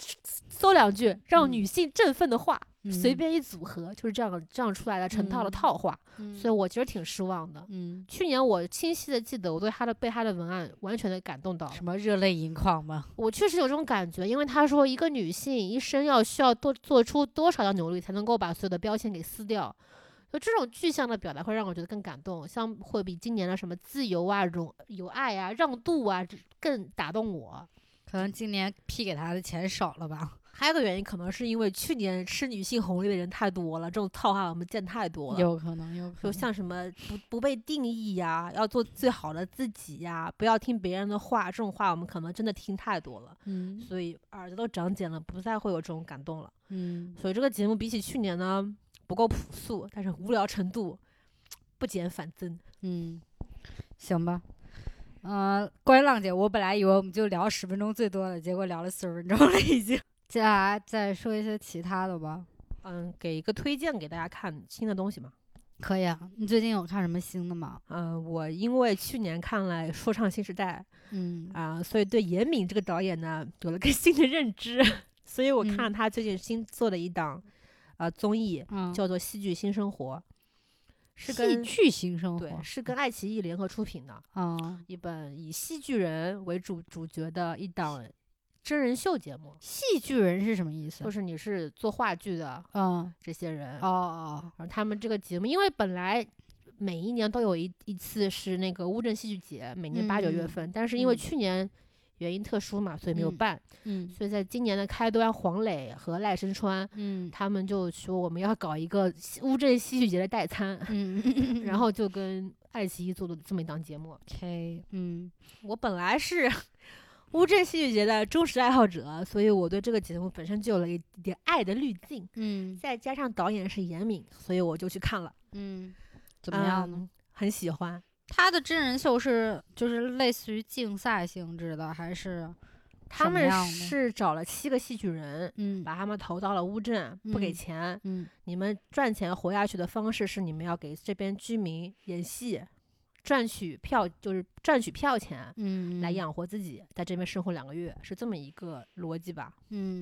2句让女性振奋的话，随便一组合，就是这样出来的成套的套话。所以我其实挺失望的。去年我清晰的记得我被他的文案完全的感动到了。 什么热泪盈眶吗？ 我确实有这种感觉，因为他说一个女性一生需要做出多少的努力才能够把所有的标签给撕掉，就这种具象的表达会让我觉得更感动，像会比今年的什么自由啊、有爱啊、让渡啊更打动我。 可能今年批给他的钱少了吧。 还有个原因，可能是因为去年吃女性红利的人太多了，这种套话我们见太多了。 有可能。 就像什么不被定义呀，要做最好的自己呀，不要听别人的话，这种话我们可能真的听太多了。所以耳朵都长茧了，不再会有这种感动了。所以这个节目比起去年呢，不够朴素，但是无聊程度不减反增。 行吧。关于浪姐，我本来以为我们就聊10分钟最多了，结果聊了40分钟了已经。接下来再说一些其他的吧。 给一个推荐给大家看新的东西嘛。 可以啊，你最近有看什么新的吗？ 我因为去年看了《说唱新时代》，所以对严敏这个导演呢有了更新的认知，所以我看了他最近新做的一档综艺，叫做《戏剧新生活》。 戏剧新生活， 对，是跟爱奇艺联合出品的，一本以戏剧人为主角的一档真人秀节目。 戏剧人是什么意思？ 就是你是做话剧的，这些人，然后他们这个节目，因为本来每一年都有一次是那个乌镇戏剧节，每年8、9月份，但是因为去年原因特殊嘛，所以没有办。所以在今年的开端，黄磊和赖声川，他们就说我们要搞一个乌镇戏剧节的代餐，然后就跟爱奇艺做的这么一档节目。我本来是乌镇戏剧节的忠实爱好者，所以我对这个节目本身就有了一点爱的滤镜。再加上导演是严敏，所以我就去看了。 怎么样呢？ 很喜欢。 他的真人秀就是类似于竞赛性质的，还是他们是找了7个戏剧人，把他们投到了乌镇，不给钱。你们赚钱活下去的方式是你们要给这边居民演戏，赚取票钱，来养活自己，在这边生活2个月，是这么一个逻辑吧。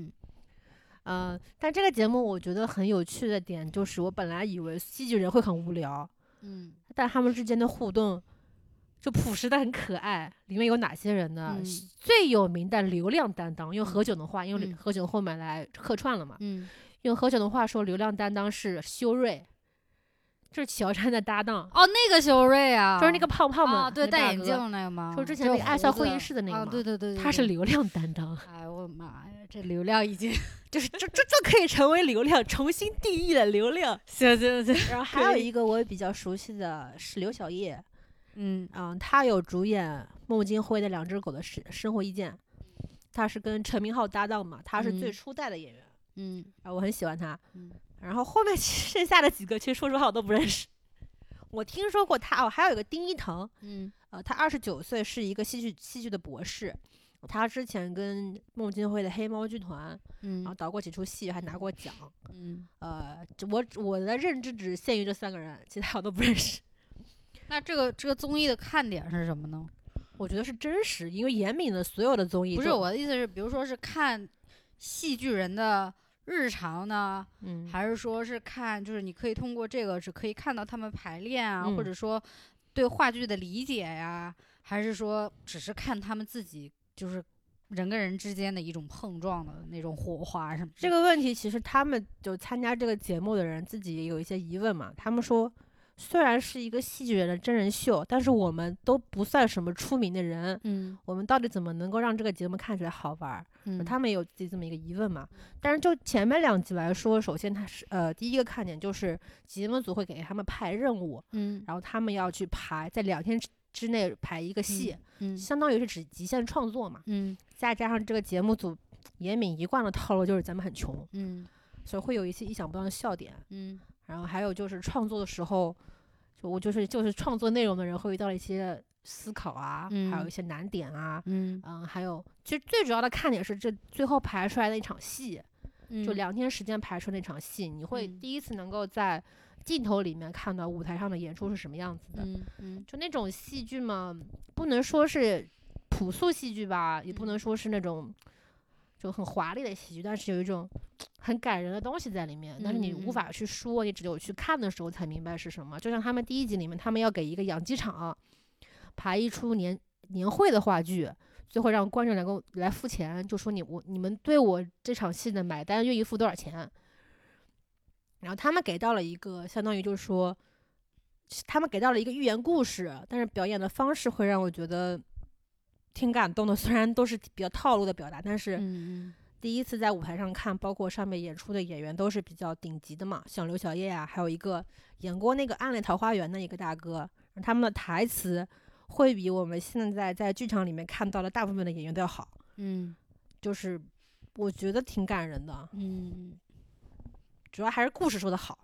但这个节目我觉得很有趣的点就是，我本来以为戏剧人会很无聊，但他们之间的互动就朴实的很可爱。里面有哪些人呢？最有名的流量担当，用何炅的话，因为何炅后面来客串了嘛，用何炅的话说，流量担当是修睿，就是乔杉的搭档。 那个修睿啊， 就是那个胖胖的， 对，戴眼镜那个吗？ 说之前那个爱笑会议室的那个嘛。 对， 他是流量担当。 哎，我的妈呀，这流量已经就是这可以成为流量，重新定义了流量。 行。 然后还有一个我也比较熟悉的是刘晓烨，他有主演孟京辉的《2只狗的生活意见》，他是跟陈明昊搭档嘛，他是最初代的演员，我很喜欢他。然后后面剩下的几个，其实说实话我都不认识。 我听说过他还有一个丁一腾，他29岁，是一个戏剧的博士。他之前跟孟京辉的黑猫剧团，然后导过几出戏，还拿过奖。我的认知只限于这3个人，其他我都不认识。 那这个综艺的看点是什么呢？ 我觉得是真实，因为严敏的所有的综艺不是我的意思是，比如说是看戏剧人的日常呢，还是说是看，就是你可以通过这个是可以看到他们排练啊，或者说对话剧的理解呀，还是说只是看他们自己就是人跟人之间的一种碰撞的那种火花什么？ 这个问题其实他们就参加这个节目的人自己也有一些疑问嘛。他们说，虽然是一个戏剧人的真人秀，但是我们都不算什么出名的人，我们到底怎么能够让这个节目看起来好玩？他们也有自己这么一个疑问嘛。但是就前面2集来说，首先第一个看点就是节目组会给他们派任务，然后他们要去排，在2天之内排一个戏，相当于是指极限创作嘛，再加上这个节目组严敏一贯的套路就是咱们很穷，所以会有一些意想不到的笑点，然后还有就是创作的时候，就是创作内容的人会遇到一些思考啊，还有一些难点啊，还有其实最主要的看点是这最后排出来的一场戏，就2天时间排出那场戏，你会第一次能够在镜头里面看到舞台上的演出是什么样子的，就那种戏剧嘛，不能说是朴素戏剧吧，也不能说是那种就很华丽的戏剧，但是有一种很感人的东西在里面，但是你无法去说，你只有去看的时候才明白是什么。就像他们第1集里面，他们要给一个养鸡场排一出年会的话剧，最后让观众能够来付钱，就说你们对我这场戏的买单愿意付多少钱。然后他们给到了一个相当于就是说，他们给到了一个寓言故事，但是表演的方式会让我觉得挺感动的。虽然都是比较套路的表达，但是第一次在舞台上看，包括上面演出的演员都是比较顶级的嘛，像刘晓烨啊，还有一个演过那个《暗恋桃花源》的一个大哥，他们的台词会比我们现在在剧场里面看到的大部分的演员都要好。就是我觉得挺感人的。主要还是故事说的好，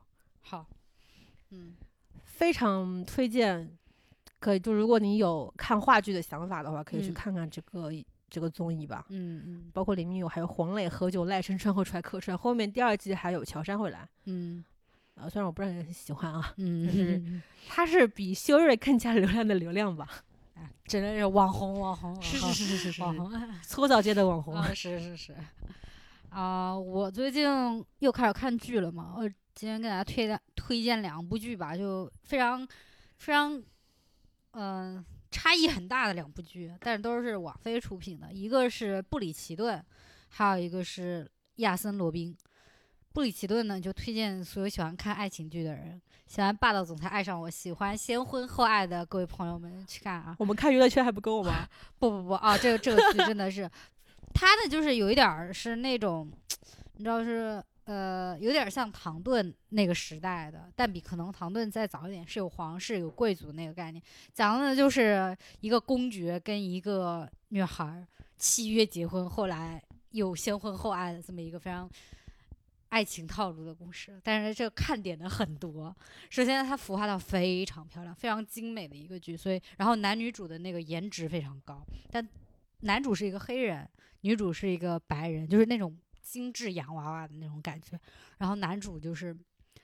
非常推荐。可以，就如果你有看话剧的想法的话，可以去看看这个综艺吧。包括里面还有黄磊、何炅、赖声川会出来客串，后面第2季还有乔杉会来。虽然我不是很喜欢啊，但是他是比修睿更加流量的流量吧。 真的是网红， 是网红， 搓澡界的网红。 是。我最近又开始看剧了嘛，我今天给大家推荐2部剧吧，就非常非常差异很大的2部剧，但是都是网飞出品的，一个是布里奇顿，还有一个是亚森罗宾。布里奇顿呢，就推荐所有喜欢看爱情剧的人，喜欢霸道总裁爱上我，喜欢先婚后爱的各位朋友们去看啊。 我们看娱乐圈还不够吗？ 不啊，这个剧真的是他呢，就是有一点是那种，你知道是有点像唐顿那个时代的，但比可能唐顿再早一点，是有皇室有贵族那个概念，讲的就是一个公爵跟一个女孩契约结婚，后来有先婚后爱的这么一个非常爱情套路的故事。但是这个看点的很多，首先它服化道非常漂亮，非常精美的一个剧，所以然后男女主的那个颜值非常高，但男主是一个黑人，女主是一个白人，就是那种精致洋娃娃的那种感觉。然后男主就是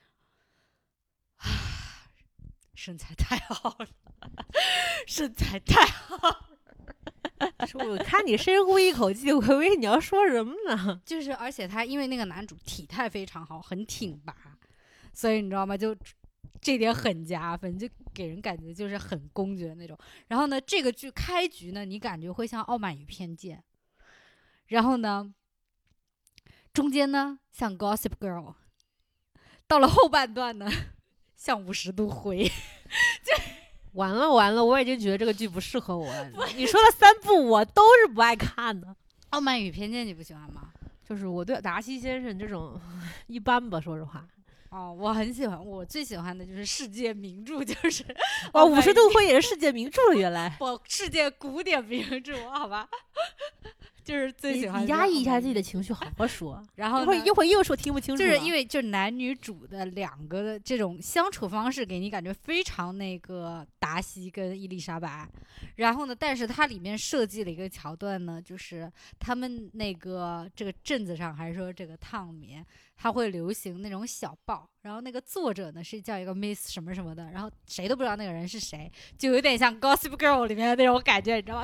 身材太好了，身材太好了。 我看你深呼一口气，我以为你要说什么呢？ 就是而且他因为那个男主体态非常好，很挺拔，所以你知道吗？就这点很加分，就给人感觉就是很公爵那种。然后呢，这个剧开局呢，你感觉会像《傲慢与偏见》，然后呢，中间呢像《Gossip Girl》，到了后半段呢像50度灰。 完了，我已经觉得这个剧不适合我了。你说的3部我都是不爱看的。《 傲慢与偏见》你不喜欢吗？ 就是我对达西先生这种一般吧，说实话。 我很喜欢，我最喜欢的就是世界名著，就是 50度灰也是世界名著了，原来。 世界古典名著，好吧。 就是最喜欢你压抑一下自己的情绪，好好说。 然后一会儿又说听不清楚， 就是因为就男女主的两个的这种相处方式，给你感觉非常那个达西跟伊丽莎白。然后呢，但是它里面设计了一个桥段呢，就是他们那个这个镇子上，还是说这个town里面，它会流行那种小报，然后那个作者呢是叫一个 Miss 什么什么的，然后谁都不知道那个人是谁，就有点像 Gossip Girl 里面的那种感觉，你知道吗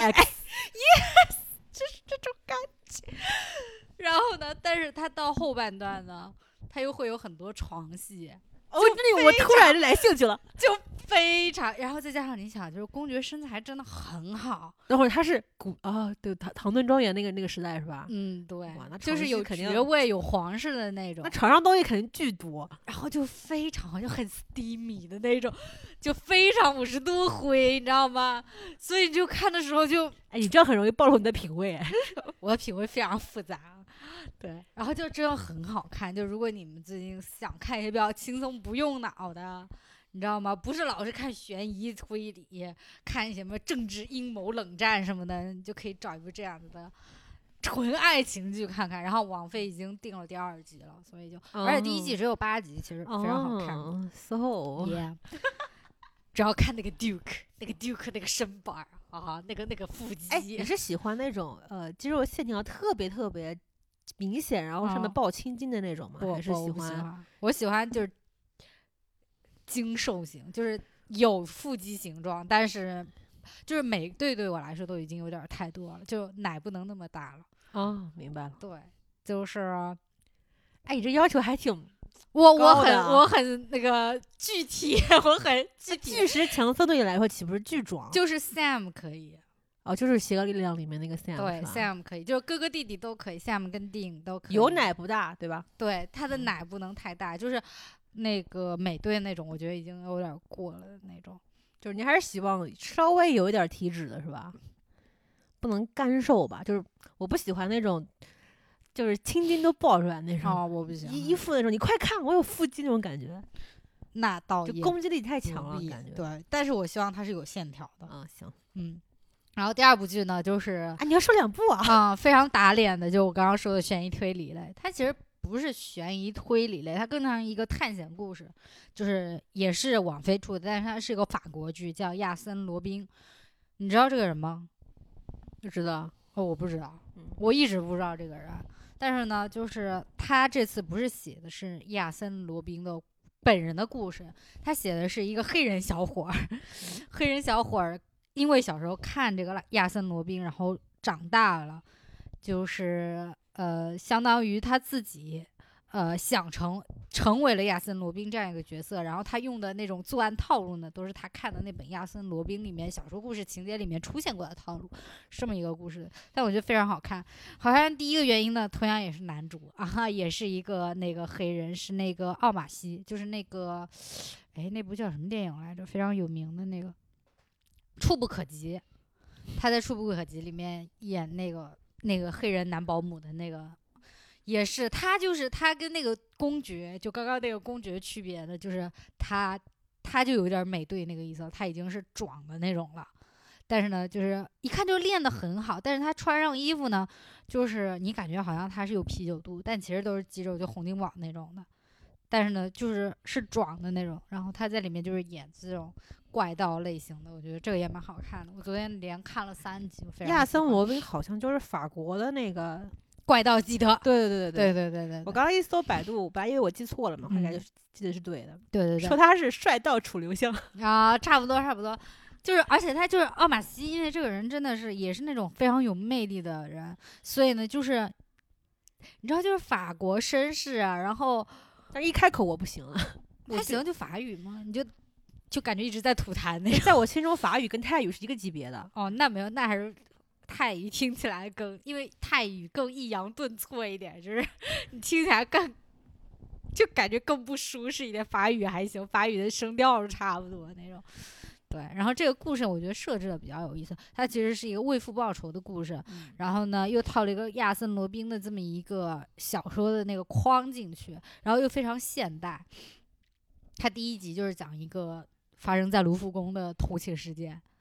？Yes， 就是这种感觉。然后呢，但是他到后半段呢，他又会有很多床戏。 这里我突然就来兴趣了， 就非常，然后再加上你想，就是公爵身材真的很好。 等会儿他是对，唐顿庄园那个时代是吧？ 对， 哇，那就是有爵位、有皇室的那种。 那床上东西肯定巨多， 然后就非常好，就很 steamy 的那种，就非常50度灰，你知道吗？所以你就看的时候就， 你这样很容易暴露你的品味。 我的品味非常复杂。对，然后就真的很好看。就如果你们最近想看一些比较轻松不用脑的，你知道吗？不是老是看悬疑推理，看什么政治阴谋冷战什么的，你就可以找一部这样子的纯爱情剧看看。然后网飞已经定了第2季了，所以就而且第1季只有8集，其实非常好看。 So yeah， 只要看那个 Duke 那个身板啊，那个腹肌。 你是喜欢那种肌肉线条特别特别明显，然后上面爆青筋的那种吗？还是喜欢？ 我喜欢就是精瘦型，就是有腹肌形状，但是就是对我来说都已经有点太多了，就奶不能那么大了。 明白了。 对，就是你这要求还挺我很那个具体，我很具体。 巨石强森对你来说岂不是巨壮？ 就是 Sam 可以。 就是邪恶力量里面那个 Sam， 对 Sam 可以，就是哥哥弟弟都可以 ，Sam 跟 Dean 都可以。 有奶不大，对吧？ 对，他的奶不能太大，就是那个美队那种，我觉得已经有点过了的那种。 就是你还是希望稍微有一点体脂的是吧？不能干瘦吧？就是我不喜欢那种，就是青筋都爆出来那种。 我不行。 衣服那种，你快看，我有腹肌那种感觉。 那倒就攻击力太强了，感觉。 对，但是我希望它是有线条的。 行。 然后第2部剧呢，就是你要说2部啊？ 非常打脸的，就我刚刚说的悬疑推理类，它其实不是悬疑推理类，它更像一个探险故事，就是也是网飞出的，但是它是一个法国剧，叫亚森·罗宾。你知道这个人吗？ 不知道。 我不知道，我一直不知道这个人。但是呢，就是他这次不是写的是亚森·罗宾的本人的故事，他写的是一个黑人小伙儿，黑人小伙儿。因为小时候看这个亚森罗宾，然后长大了，就是相当于他自己想成为了亚森罗宾这样一个角色，然后他用的那种作案套路呢，都是他看的那本亚森罗宾里面小说故事情节里面出现过的套路，是这么一个故事。但我觉得非常好看。好像第一个原因呢，同样也是男主也是一个那个黑人，是那个奥马西，就是那个那部叫什么电影来着？非常有名的那个。触不可及，他在《触不可及》里面演那个黑人男保姆的那个，也是他，就是他跟那个公爵，就刚刚那个公爵区别的就是他就有点美队那个意思，他已经是壮的那种了，但是呢，就是一看就练得很好，但是他穿上衣服呢，就是你感觉好像他是有啤酒肚，但其实都是肌肉，就洪金宝那种的，但是呢，是壮的那种，然后他在里面就是演这种怪盗类型的，我觉得这个也蛮好看的。我昨天连看了3集，我非常喜欢。 亚森罗宾好像就是法国的那个怪盗基德。 对。我刚刚一搜百度，本来因为我记错了嘛，后来就记得是对的。 对。 说他是帅到楚留香差不多。就是而且他就是奥马西，因为这个人真的是也是那种非常有魅力的人，所以呢，就是你知道，就是法国绅士啊，然后但是一开口我不行了。 他喜欢就法语吗？你就感觉一直在吐痰那种。 在我心中，法语跟泰语是一个级别的。 那没有，那还是泰语听起来因为泰语更抑扬顿挫一点，就是你听起来就感觉更不舒适一点。法语还行，法语的声调是差不多那种。对，然后这个故事我觉得设置的比较有意思，它其实是一个为父报仇的故事，然后呢又套了一个亚森罗宾的这么一个小说的那个框进去，然后又非常现代。它第1集就是讲一个发生在卢浮宫的偷窃事件，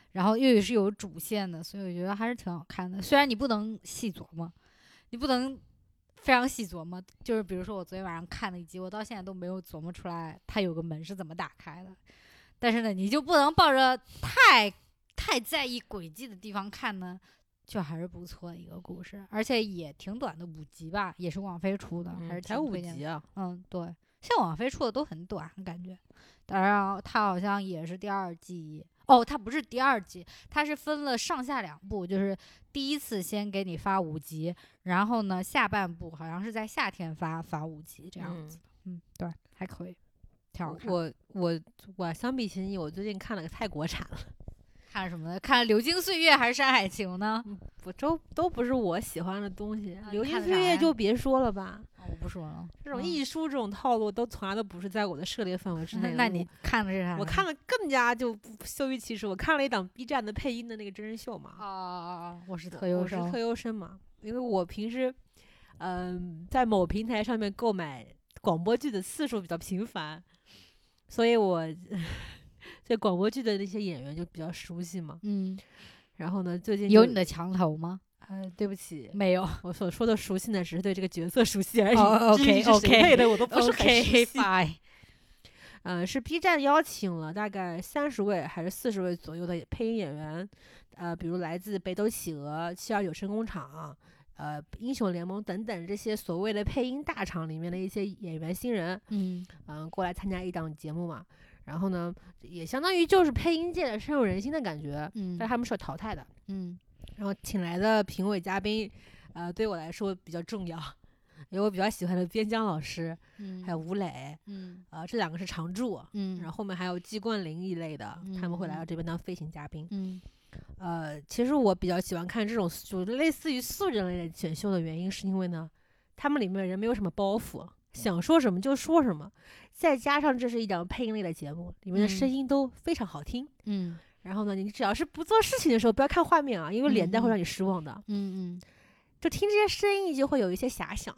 然后又是有主线的，所以我觉得还是挺好看的。虽然你不能细琢磨，你不能非常细琢磨，就是比如说我昨天晚上看了一集，我到现在都没有琢磨出来它有个门是怎么打开的。但是呢，你就不能抱着太在意轨迹的地方看呢，就还是不错的一个故事，而且也挺短的，5集吧，也是网飞出的，还是才5集啊。 对，像网飞出的都很短，感觉。当然，它好像也是第2季。哦，它不是第2季，它是分了上下2部，就是第一次先给你发5集，然后呢下半部好像是在夏天发5集这样子。对，还可以，挺好看。 我相比起你，我最近看了个太国产了。 看什么呢？看《流金岁月》还是《山海情》呢？ 都不是我喜欢的东西。流金岁月就别说了吧。 我不说了。 这种艺术这种套路都从来都不是在我的涉猎范围之内的。 那你看的是啥？ 我看了更加就羞于启齿。我看了一档 B 站的配音的那个真人秀嘛。 我是特优生。 我是特优生嘛，因为我平时在某平台上面购买广播剧的次数比较频繁，所以我对广播剧的那些演员就比较熟悉嘛。然后呢，最近有你的墙头吗？ 对不起， 没有。 我所说的熟悉呢，只是对这个角色熟悉而已。 OK， 是谁配的我都不是很熟悉。 Fine。 是 B 站邀请了大概30位还是40位左右的配音演员，比如来自北斗企鹅、729声工厂、英雄联盟等等这些所谓的配音大厂里面的一些演员新人，过来参加一档节目嘛。然后呢，也相当于就是配音界的深入人心的感觉，但他们是有淘汰的。然后请来的评委嘉宾，对我来说比较重要，有我比较喜欢的边疆老师，还有吴磊，这2个是常驻，然后后面还有季冠霖一类的，他们会来到这边当飞行嘉宾。其实我比较喜欢看这种就类似于素人类的选秀的原因，是因为呢，他们里面的人没有什么包袱，想说什么就说什么，再加上这是一档配音类的节目，里面的声音都非常好听。然后呢，你只要是不做事情的时候，不要看画面啊，因为脸蛋会让你失望的。就听这些声音，你就会有一些遐想。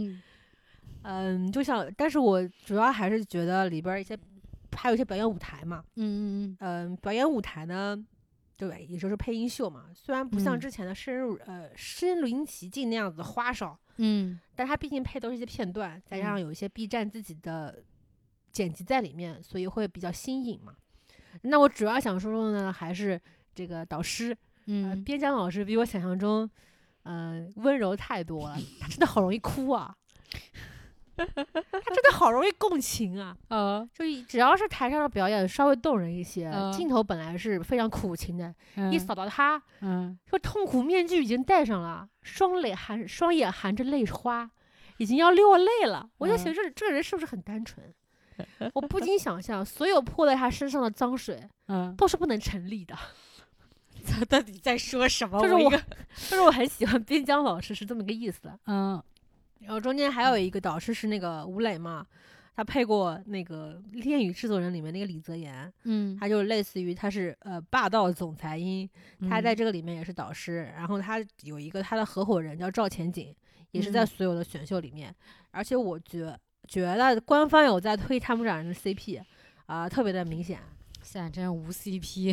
就像，但是我主要还是觉得里边还有一些表演舞台嘛。表演舞台呢，对，也就是配音秀嘛。虽然不像之前的身临其境那样子的花哨，但它毕竟配都是一些片段，再加上有一些 B 站自己的剪辑在里面，所以会比较新颖嘛。那我主要想说的呢，还是这个导师，边疆老师比我想象中，温柔太多了。他真的好容易哭啊，他真的好容易共情啊。就只要是台上的表演稍微动人一些，镜头本来是非常苦情的，一扫到他，说痛苦面具已经戴上了，双眼含着泪花，已经要落泪了。我就想这个人是不是很单纯？我不禁想象，所有泼在他身上的脏水，都是不能成立的。 他到底在说什么？ 就是我很喜欢边疆老师是这么个意思的。然后中间还有一个导师是那个吴磊嘛，他配过那个《恋与制作人》里面那个李泽言，他就类似于他是霸道总裁音，他在这个里面也是导师。然后他有一个他的合伙人叫赵前景，也是在所有的选秀里面。而且我觉得官方有在推他们俩人的 CP 特别的明显。 现在真无 CP。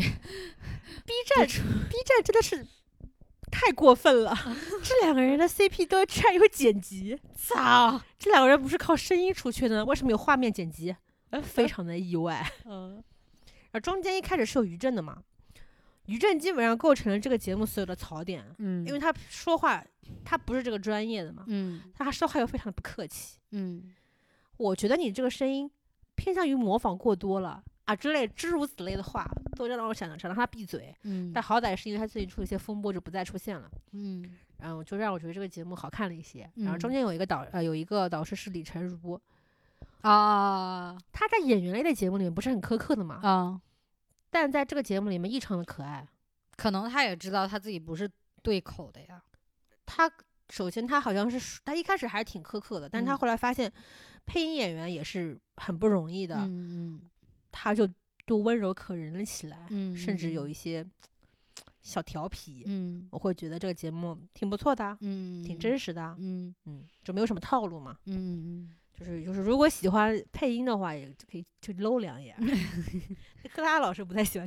B 站真的是太过分了。这2个人的 CP 居然有剪辑， 操！ 这2个人不是靠声音出去的，为什么有画面剪辑？非常的意外。然后中间一开始是有于正的嘛，于正基本上构成了这个节目所有的槽点。因为他说话，他不是这个专业的嘛，他说话又非常的不客气。我觉得你这个声音偏向于模仿过多了诸如此类的话，都让我想让他闭嘴。但好歹是因为他最近出了一些风波，就不再出现了。然后就让我觉得这个节目好看了一些。然后中间有一个导师是李晨如他在演员类的节目里面不是很苛刻的嘛，但在这个节目里面异常的可爱。 可能他也知道他自己不是对口的呀。 首先他好像是他一开始还是挺苛刻的，但是他后来发现配音演员也是很不容易的。他就温柔可人了起来，甚至有一些小调皮。我会觉得这个节目挺不错的，挺真实的，就没有什么套路嘛。就是如果喜欢配音的话，也可以去搂2眼。克拉老师不太喜欢看。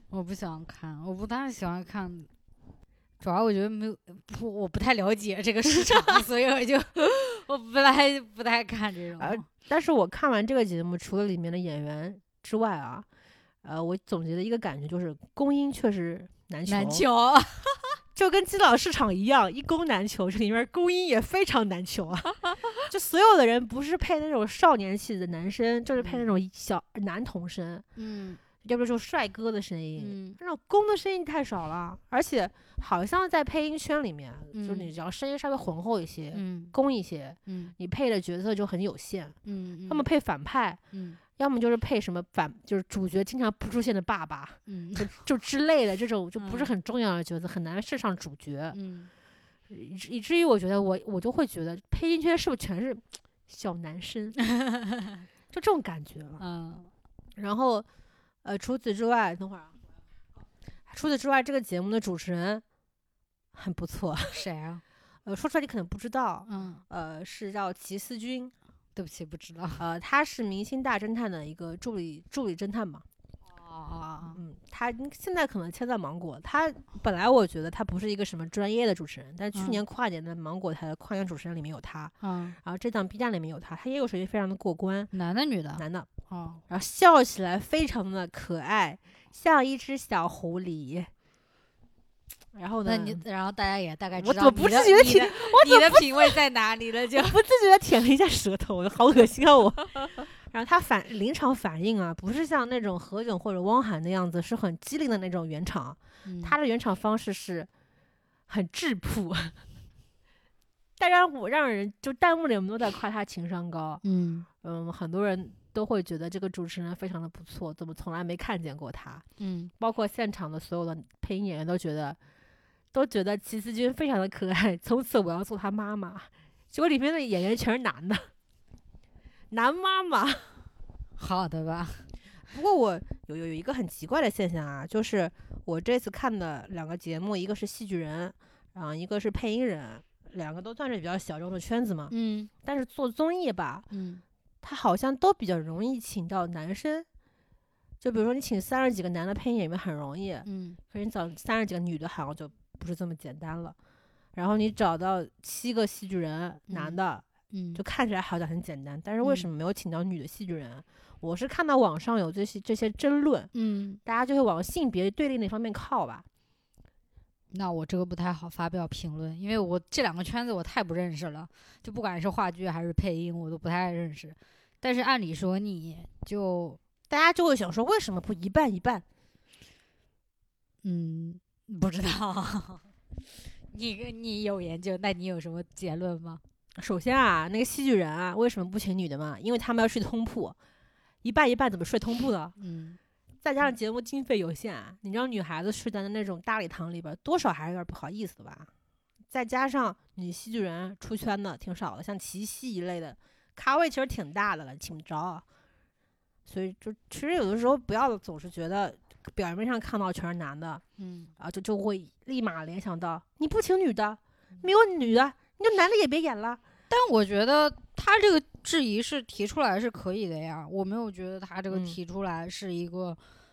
我不想看，我不太喜欢看，主要我觉得没有，我不太了解这个市场，所以我不太看这种。 但是我看完这个节目，除了里面的演员之外啊，我总结的一个感觉就是公音确实难求，就跟基佬市场一样，一公难求，这里面公音也非常难求啊。就所有的人不是配那种少年气的男生，就是配那种小男童声，要不就帅哥的声音，那种公的声音太少了，而且好像在配音圈里面，就是你只要声音稍微浑厚一些，公一些，你配的角色就很有限，要么配反派，要么就是配什么就是主角经常不出现的爸爸，就之类的这种就不是很重要的角色，很难试上主角，以至于我觉得我就会觉得配音圈是不是全是小男生，就这种感觉了，然后除此之外，等会儿啊，除此之外，这个节目的主持人很不错， 谁啊？ 说出来你可能不知道，是叫齐思钧。 对不起，不知道。 他是《明星大侦探》的一个助理侦探嘛。他现在可能签在芒果。他本来我觉得他不是一个什么专业的主持人，但去年跨年的芒果台的跨年主持人里面有他，然后这档 B 站里面有他，他业务水平非常的过关。 男的女的？ 男的。然后笑起来非常的可爱，像一只小狐狸。然后呢？ 然后大家也大概知道我不自觉你的品味在哪里了，就不自觉的舔了一下舌头，好恶心啊我。然后他临场反应啊，不是像那种何炅或者汪涵的样子，是很机灵的那种圆场。他的圆场方式是很质朴，当然让人就弹幕里面都在夸他情商高。很多人都会觉得这个主持人非常的不错，怎么从来没看见过他？包括现场的所有的配音演员都觉得齐思钧非常的可爱，从此我要做他妈妈。结果里面的演员全是男的，男妈妈。 好的吧。 不过我有一个很奇怪的现象啊，就是我这次看的2个节目，一个是戏剧人，然后一个是配音人，2个都算是比较小众的圈子嘛。但是做综艺吧，他好像都比较容易请到男生。就比如说你请30几个男的配音演员很容易，可是你找30几个女的好像就不是这么简单了。然后你找到7个戏剧人，男的，就看起来好像很简单，但是为什么没有请到女的戏剧人？我是看到网上有这些争论，大家就会往性别对立那方面靠吧。 那我这个不太好发表评论，因为我这2个圈子我太不认识了，就不管是话剧还是配音，我都不太认识。但是按理说大家就会想说，为什么不一半一半？ 不知道。你有研究，那你有什么结论吗？ 首先啊，那个戏剧人啊，为什么不请女的嘛？因为他们要睡通铺，一半一半怎么睡通铺呢？再加上节目经费有限啊，你让女孩子睡在那种大礼堂里边，多少还是有点不好意思的吧？再加上女戏剧人出圈的挺少的，像齐戏一类的，咖位其实挺大的了，请不着。所以其实有的时候不要总是觉得表面上看到全是男的，就会立马联想到你不请女的，没有女的，你就男的也别演了。 但我觉得他这个质疑是提出来是可以的呀，我没有觉得他这个提出来是一个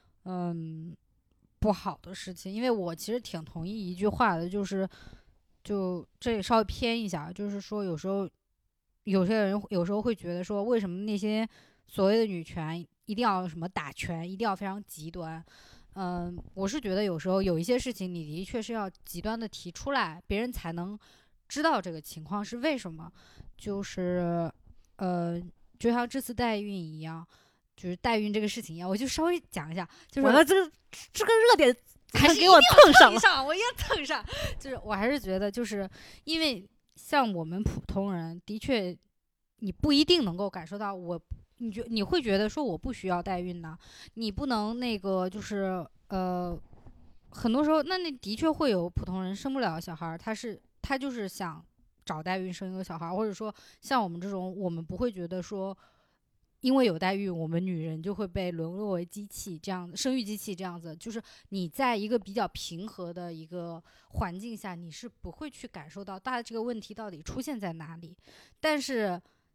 不好的事情，因为我其实挺同意一句话的，就这也稍微偏一下，就是说有时候有些人有时候会觉得说，为什么那些所谓的女权一定要什么打拳，一定要非常极端？我是觉得有时候有一些事情你的确是要极端的提出来，别人才能知道这个情况是为什么。就是就像这次代孕一样，就是代孕这个事情一样，我就稍微讲一下。就是完了，这个热点还是给我蹭上，我要蹭上。就是我还是觉得，就是因为像我们普通人，的确你不一定能够感受到你会觉得说我不需要代孕呢，你不能那个就是很多时候那的确会有普通人生不了小孩，他就是想找代孕生一个小孩，或者说像我们这种，我们不会觉得说因为有代孕我们女人就会被沦落为机器这样子，生育机器这样子。就是你在一个比较平和的一个环境下，你是不会去感受到大家这个问题到底出现在哪里。但是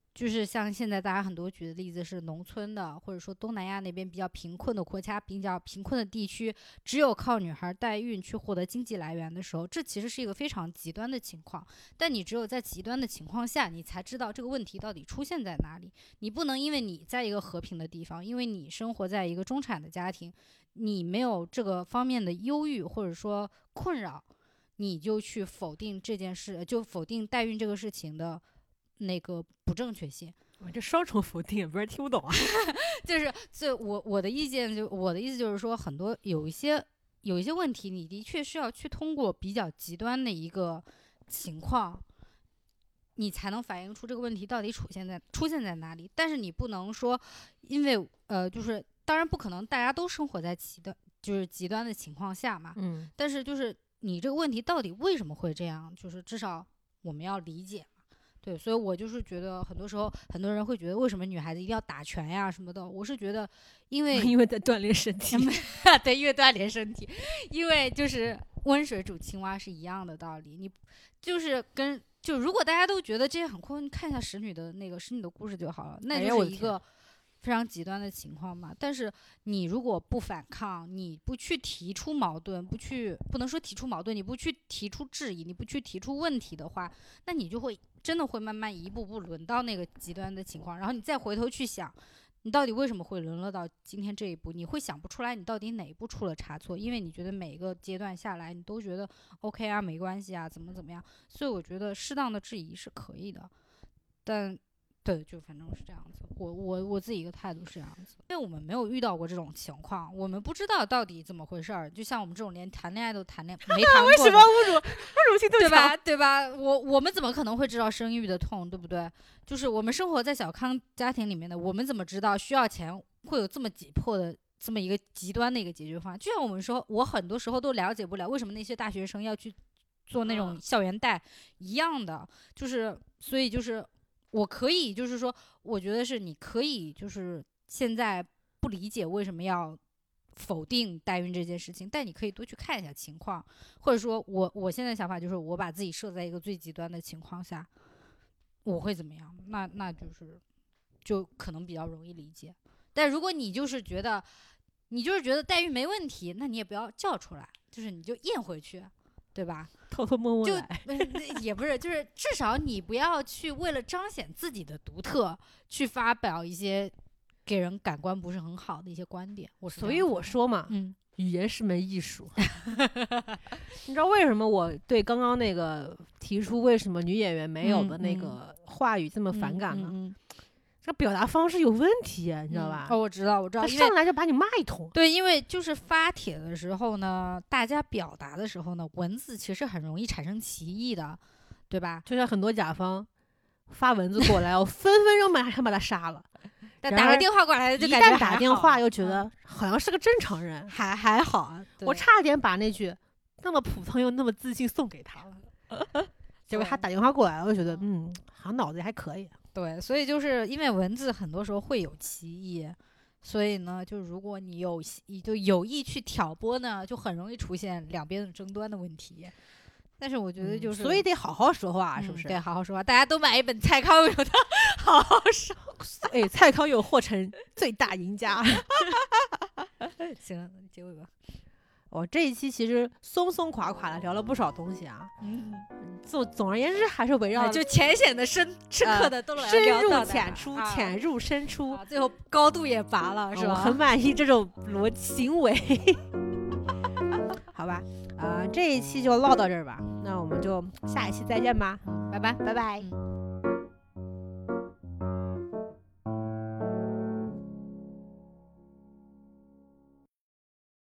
就是像现在大家很多举的例子是农村的，或者说东南亚那边比较贫困的国家、比较贫困的地区，只有靠女孩代孕去获得经济来源的时候，这其实是一个非常极端的情况。但你只有在极端的情况下，你才知道这个问题到底出现在哪里。你不能因为你在一个和平的地方，因为你生活在一个中产的家庭，你没有这个方面的忧郁或者说困扰，你就去否定这件事，就否定代孕这个事情的那个不正确性。 这双重否定，不是听不懂啊？ 就是我的意见我的意思就是说，很多有一些问题，你的确是要去通过比较极端的一个情况，你才能反映出这个问题到底出现在哪里。但是你不能说，因为就是当然不可能大家都生活在极端的情况下嘛。但是就是你这个问题到底为什么会这样，就是至少我们要理解。对，所以我就是觉得很多时候很多人会觉得为什么女孩子一定要打拳呀什么的，我是觉得因为在锻炼身体对，因为锻炼身体，因为就是温水煮青蛙是一样的道理。你就是如果大家都觉得这些很困，看一下使女的故事就好了，那就是一个非常极端的情况嘛。但是你如果不反抗，你不去提出矛盾，不能说提出矛盾，你不去提出质疑，你不去提出问题的话，那你就会真的会慢慢一步步轮到那个极端的情况。然后你再回头去想，你到底为什么会沦落到今天这一步，你会想不出来你到底哪一步出了差错，因为你觉得每一个阶段下来你都觉得 OK 啊，没关系啊，怎么样。所以我觉得适当的质疑是可以的，但对，就反正是这样子。我自己一个态度是这样子，因为我们没有遇到过这种情况，我们不知道到底怎么回事儿。就像我们这种连谈恋爱都没谈过为什么侮辱性这么强？ 对吧？我们怎么可能会知道生育的痛，对不对？就是我们生活在小康家庭里面的，我们怎么知道需要钱会有这么急迫的这么一个极端的一个解决方案？就像我们说，我很多时候都了解不了为什么那些大学生要去做那种校园贷一样的，就是所以就是我可以就是说，我觉得是你可以就是现在不理解为什么要否定代孕这件事情，但你可以多去看一下情况，或者说我现在想法就是我把自己设在一个最极端的情况下，我会怎么样？那就可能比较容易理解。但如果你就是觉得代孕没问题，那你也不要叫出来，就是你就咽回去，对吧？ 偷偷摸摸就也不是，就是至少你不要去为了彰显自己的独特，去发表一些给人感官不是很好的一些观点。 所以我说嘛，语言是门艺术。你知道为什么我对刚刚那个提出为什么女演员没有的那个话语这么反感呢？这表达方式有问题，你知道吧？ 我知道， 他上来就把你骂一通。 对，因为就是发帖的时候呢，大家表达的时候呢，文字其实很容易产生歧义的，对吧？ 就像很多甲方发文字过来，我分分钟马上把他杀了。 但打个电话过来就感觉一旦打电话又觉得好像是个正常人， 还好啊。 我差点把那句那么普通又那么自信送给他了，结果他打电话过来了，我就觉得好像脑子还可以。 对，所以就是因为文字很多时候会有歧义，所以呢，就如果你有意去挑拨呢，就很容易出现两边的争端的问题。但是我觉得就是， 所以得好好说话，是不是？ 对，好好说话。大家都买一本蔡康永的《好好说》， 哎，蔡康永获成最大赢家。 行，结尾吧。 我这一期其实松松垮垮的聊了不少东西啊。总而言之还是围绕就浅显的深刻的都来深聊入浅出，浅入深出， 最后高度也拔了，是吧？ 我很满意这种行为。好吧，这一期就唠到这儿吧，那我们就下一期再见吧， 拜拜， 拜拜。